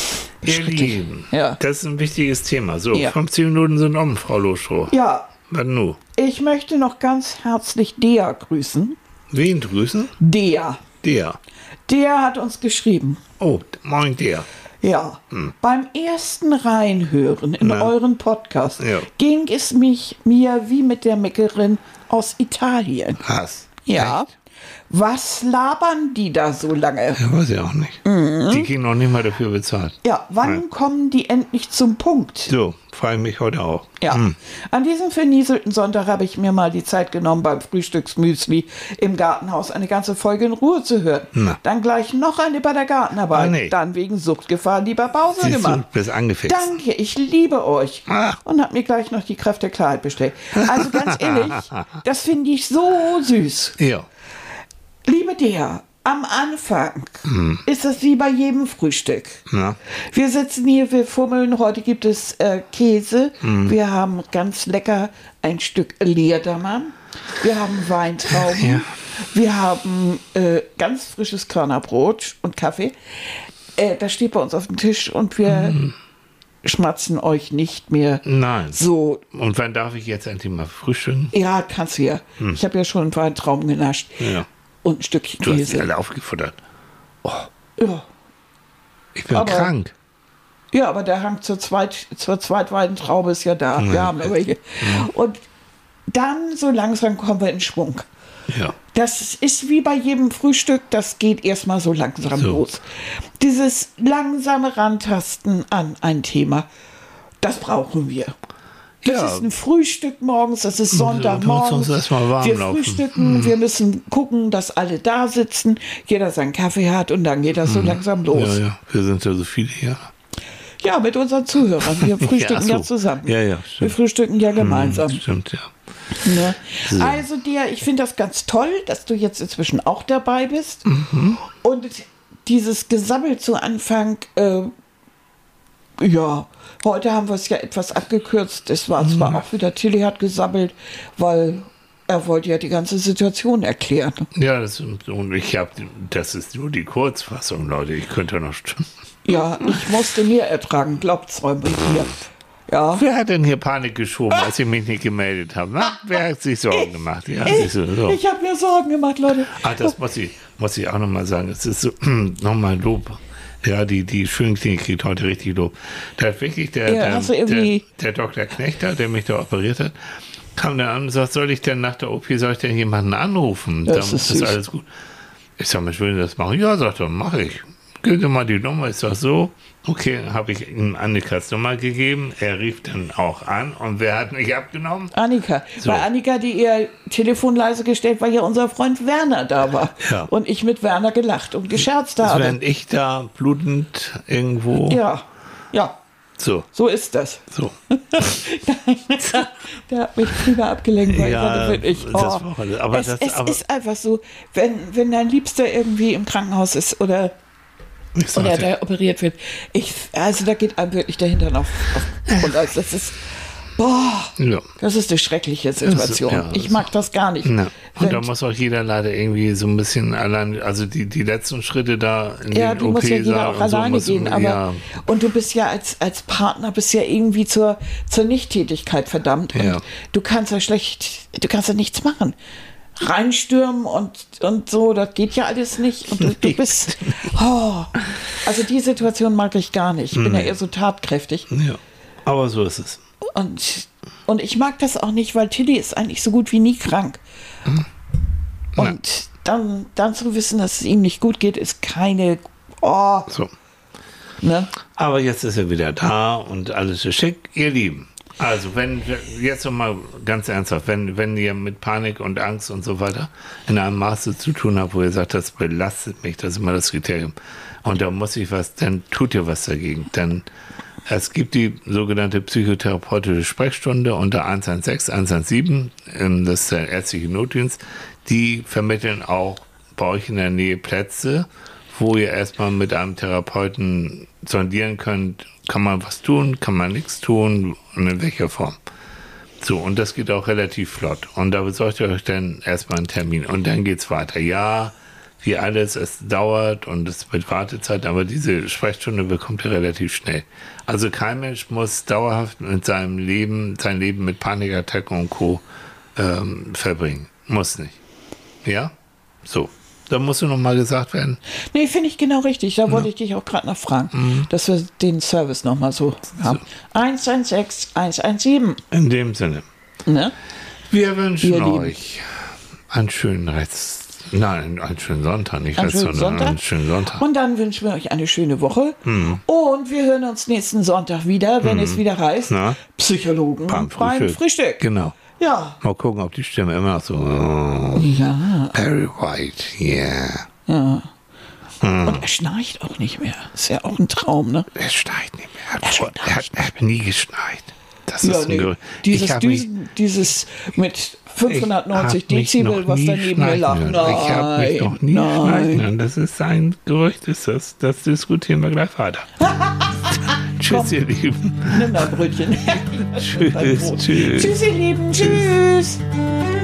Ihr Lieben, ja. das ist ein wichtiges Thema. So, ja. fünfzehn Minuten sind um, Frau Loschrow. Ja. Was nun? Ich möchte noch ganz herzlich Dea grüßen. Wen grüßen? Dea. Dea. Dea hat uns geschrieben. Oh, moin Dea. Ja. Hm. Beim ersten Reinhören in Na. euren Podcast ja. ging es mich mir wie mit der Meckerin aus Italien. Was? Ja. Echt? Was labern die da so lange? Ja, weiß ich auch nicht. Mhm. Die kriegen noch nicht mal dafür bezahlt. Ja, wann Nein. kommen die endlich zum Punkt? So, frage ich mich heute auch. Ja, mhm. An diesem vernieselten Sonntag habe ich mir mal die Zeit genommen, beim Frühstücksmüsli im Gartenhaus eine ganze Folge in Ruhe zu hören. Na. Dann gleich noch eine bei der Gartenarbeit. Oh, nee. Dann wegen Suchtgefahr lieber Pause Siehst gemacht. Du bist angefixt. Danke, ich liebe euch. Ah. Und habe mir gleich noch die Kraft der Klarheit bestellt. Also ganz ehrlich, das finde ich so süß. Ja. Liebe Dea, am Anfang hm. ist es wie bei jedem Frühstück. Ja. Wir sitzen hier, wir fummeln, heute gibt es äh, Käse, hm. wir haben ganz lecker ein Stück Leerdammer, wir haben Weintrauben, ja. wir haben äh, ganz frisches Körnerbrot und Kaffee. Äh, das steht bei uns auf dem Tisch und wir hm. schmatzen euch nicht mehr Nein. so. Und wann darf ich jetzt endlich mal frühstücken? Ja, kannst du ja. Hm. Ich habe ja schon einen Weintrauben genascht. Ja. Und ein Stückchen du Käse. Du hast sie alle aufgefuttert. Oh. Ja. Ich bin aber, krank. Ja, aber der Hang zur, Zweit, zur Zweitweintraube ist ja da. Ja. Wir haben aber hier. Ja. Und dann so langsam kommen wir in Schwung. Ja. Das ist wie bei jedem Frühstück, das geht erstmal so langsam so. los. Dieses langsame Rantasten an ein Thema, das brauchen wir. Das ja. ist ein Frühstück morgens, das ist Sonntagmorgens. Wir frühstücken, mhm. wir müssen gucken, dass alle da sitzen, jeder seinen Kaffee hat und dann geht das so mhm. langsam los. Ja, ja, wir sind ja so viele hier. Ja, mit unseren Zuhörern. Wir frühstücken ja, so. ja zusammen. Ja, ja, stimmt. Wir frühstücken ja gemeinsam. Mhm, stimmt, ja. Ne? So. Also dir, ich finde das ganz toll, dass du jetzt inzwischen auch dabei bist. Mhm. Und dieses Gesammel zu Anfang, äh, ja, heute haben wir es ja etwas abgekürzt. Es war zwar mhm. auch wieder, Tilly hat gesammelt, weil er wollte ja die ganze Situation erklären. Ja, das, und ich habe, das ist nur die Kurzfassung, Leute. Ich könnte noch stimmen. Ja, ich musste mehr ertragen, glaubt's mir. Ja. Wer hat denn hier Panik geschoben, als ich mich nicht gemeldet habe? Na, wer hat sich Sorgen gemacht? Ja, ich so, so. ich habe mir Sorgen gemacht, Leute. Ah, das muss ich, muss ich auch nochmal sagen. Es ist so, nochmal Lob. Ja, die, die Schönklinik kriegt heute richtig Lob. Da hat wirklich der, ja, der, der, der Doktor Knechter, der mich da operiert hat, kam dann an und sagt, soll ich denn nach der O P, soll ich denn jemanden anrufen? Das Dann ist, ist alles gut. Ich sag, ich will das machen. Ja, sagt er, mach ich. Gib dir mal die Nummer, ist doch so. Okay, habe ich ihm Annikas Nummer gegeben. Er rief dann auch an. Und wer hat mich abgenommen? Annika. So. Bei Annika, die ihr Telefon leise gestellt, weil ja unser Freund Werner da war. Ja. Und ich mit Werner gelacht und gescherzt habe. Während ich da blutend irgendwo... Ja, ja. So. So ist das. So. Der hat mich prima abgelenkt, weil Ja, ich hatte wirklich, das oh, war- aber es, das- es aber- ist einfach so, wenn, wenn dein Liebster irgendwie im Krankenhaus ist oder, Ich sag oder dir, der operiert wird, ich, also da geht einem wirklich der Hintern auf, auf Grund. Also das ist, boah, ja. das ist eine schreckliche Situation. ja, ich das- mag das gar nicht. Ja. Und da Wenn- muss auch jeder leider irgendwie so ein bisschen allein, also die, die letzten Schritte da in Ja, den du musst ja jeder O P-Saal auch und so alleine muss- gehen, aber ja, und du bist ja als, als Partner bist ja irgendwie zur, zur Nichttätigkeit verdammt und Ja. du kannst ja schlecht, du kannst ja nichts machen. Reinstürmen und, und so, das geht ja alles nicht und du, du bist, oh, also die Situation mag ich gar nicht. Ich bin ja eher so tatkräftig ja. Aber so ist es. und, und ich mag das auch nicht, weil Tilly ist eigentlich so gut wie nie krank. Und dann, dann zu wissen, dass es ihm nicht gut geht, ist keine, oh, So. ne? Aber jetzt ist er wieder da und alles ist schick. Ihr Lieben, also wenn, jetzt nochmal ganz ernsthaft, wenn, wenn ihr mit Panik und Angst und so weiter in einem Maße zu tun habt, wo ihr sagt, das belastet mich, das ist immer das Kriterium, und da muss ich was, dann tut ihr was dagegen. Denn es gibt die sogenannte psychotherapeutische Sprechstunde unter eins eins sechs, eins eins sieben, ähm, das ist der ärztliche Notdienst, die vermitteln auch bei euch in der Nähe Plätze, wo ihr erstmal mit einem Therapeuten sondieren könnt, kann man was tun, kann man nichts tun und in welcher Form. So, und das geht auch relativ flott. Und da besorgt ihr euch dann erstmal einen Termin und dann geht's weiter. Ja, wie alles, es dauert und es mit Wartezeit, aber diese Sprechstunde bekommt ihr relativ schnell. Also kein Mensch muss dauerhaft mit seinem Leben, sein Leben mit Panikattacken und Co. Ähm, verbringen. Muss nicht. Ja? So. Da muss nur noch mal gesagt werden. Nee, finde ich genau richtig. Da wollte ich dich auch gerade noch fragen, Mhm. dass wir den Service nochmal so haben. eins eins sechs, eins eins sieben. In dem Sinne. Ne? Wir wünschen Wir lieben. euch einen schönen Rest. Nein, einen schönen Sonntag, nicht Einen Rest, schönen sondern Sonntag. einen schönen Sonntag. Und dann wünschen wir euch eine schöne Woche. Und wir hören uns nächsten Sonntag wieder, wenn es wieder heißt Na? Psychologen Beim beim Frühstück. Frühstück. Genau. Ja. Mal gucken, ob die Stimme immer noch so. Oh, Ja. Barry White, yeah. Ja. Und er schnarcht auch nicht mehr. Ist ja auch ein Traum, ne? Er schneit nicht mehr. Er hat, Er vor- er hat, er hat nie geschneit. Das Ja, ist ein nee. Gerücht. Dieses, Ich hab mich- Düsen, dieses mit fünfhundertneunzig ich hab mich Dezibel, noch was nie daneben mir schneiden lacht. hören. Nein, Ich habe mich noch nie nein. schneiden hören. Das ist ein Gerücht, ist das. Das diskutieren wir gleich weiter. Tschüss, ihr Lieben. Nimm dein Brötchen. Tschüss, tschüss. Tschüss, ihr Lieben. Tschüss.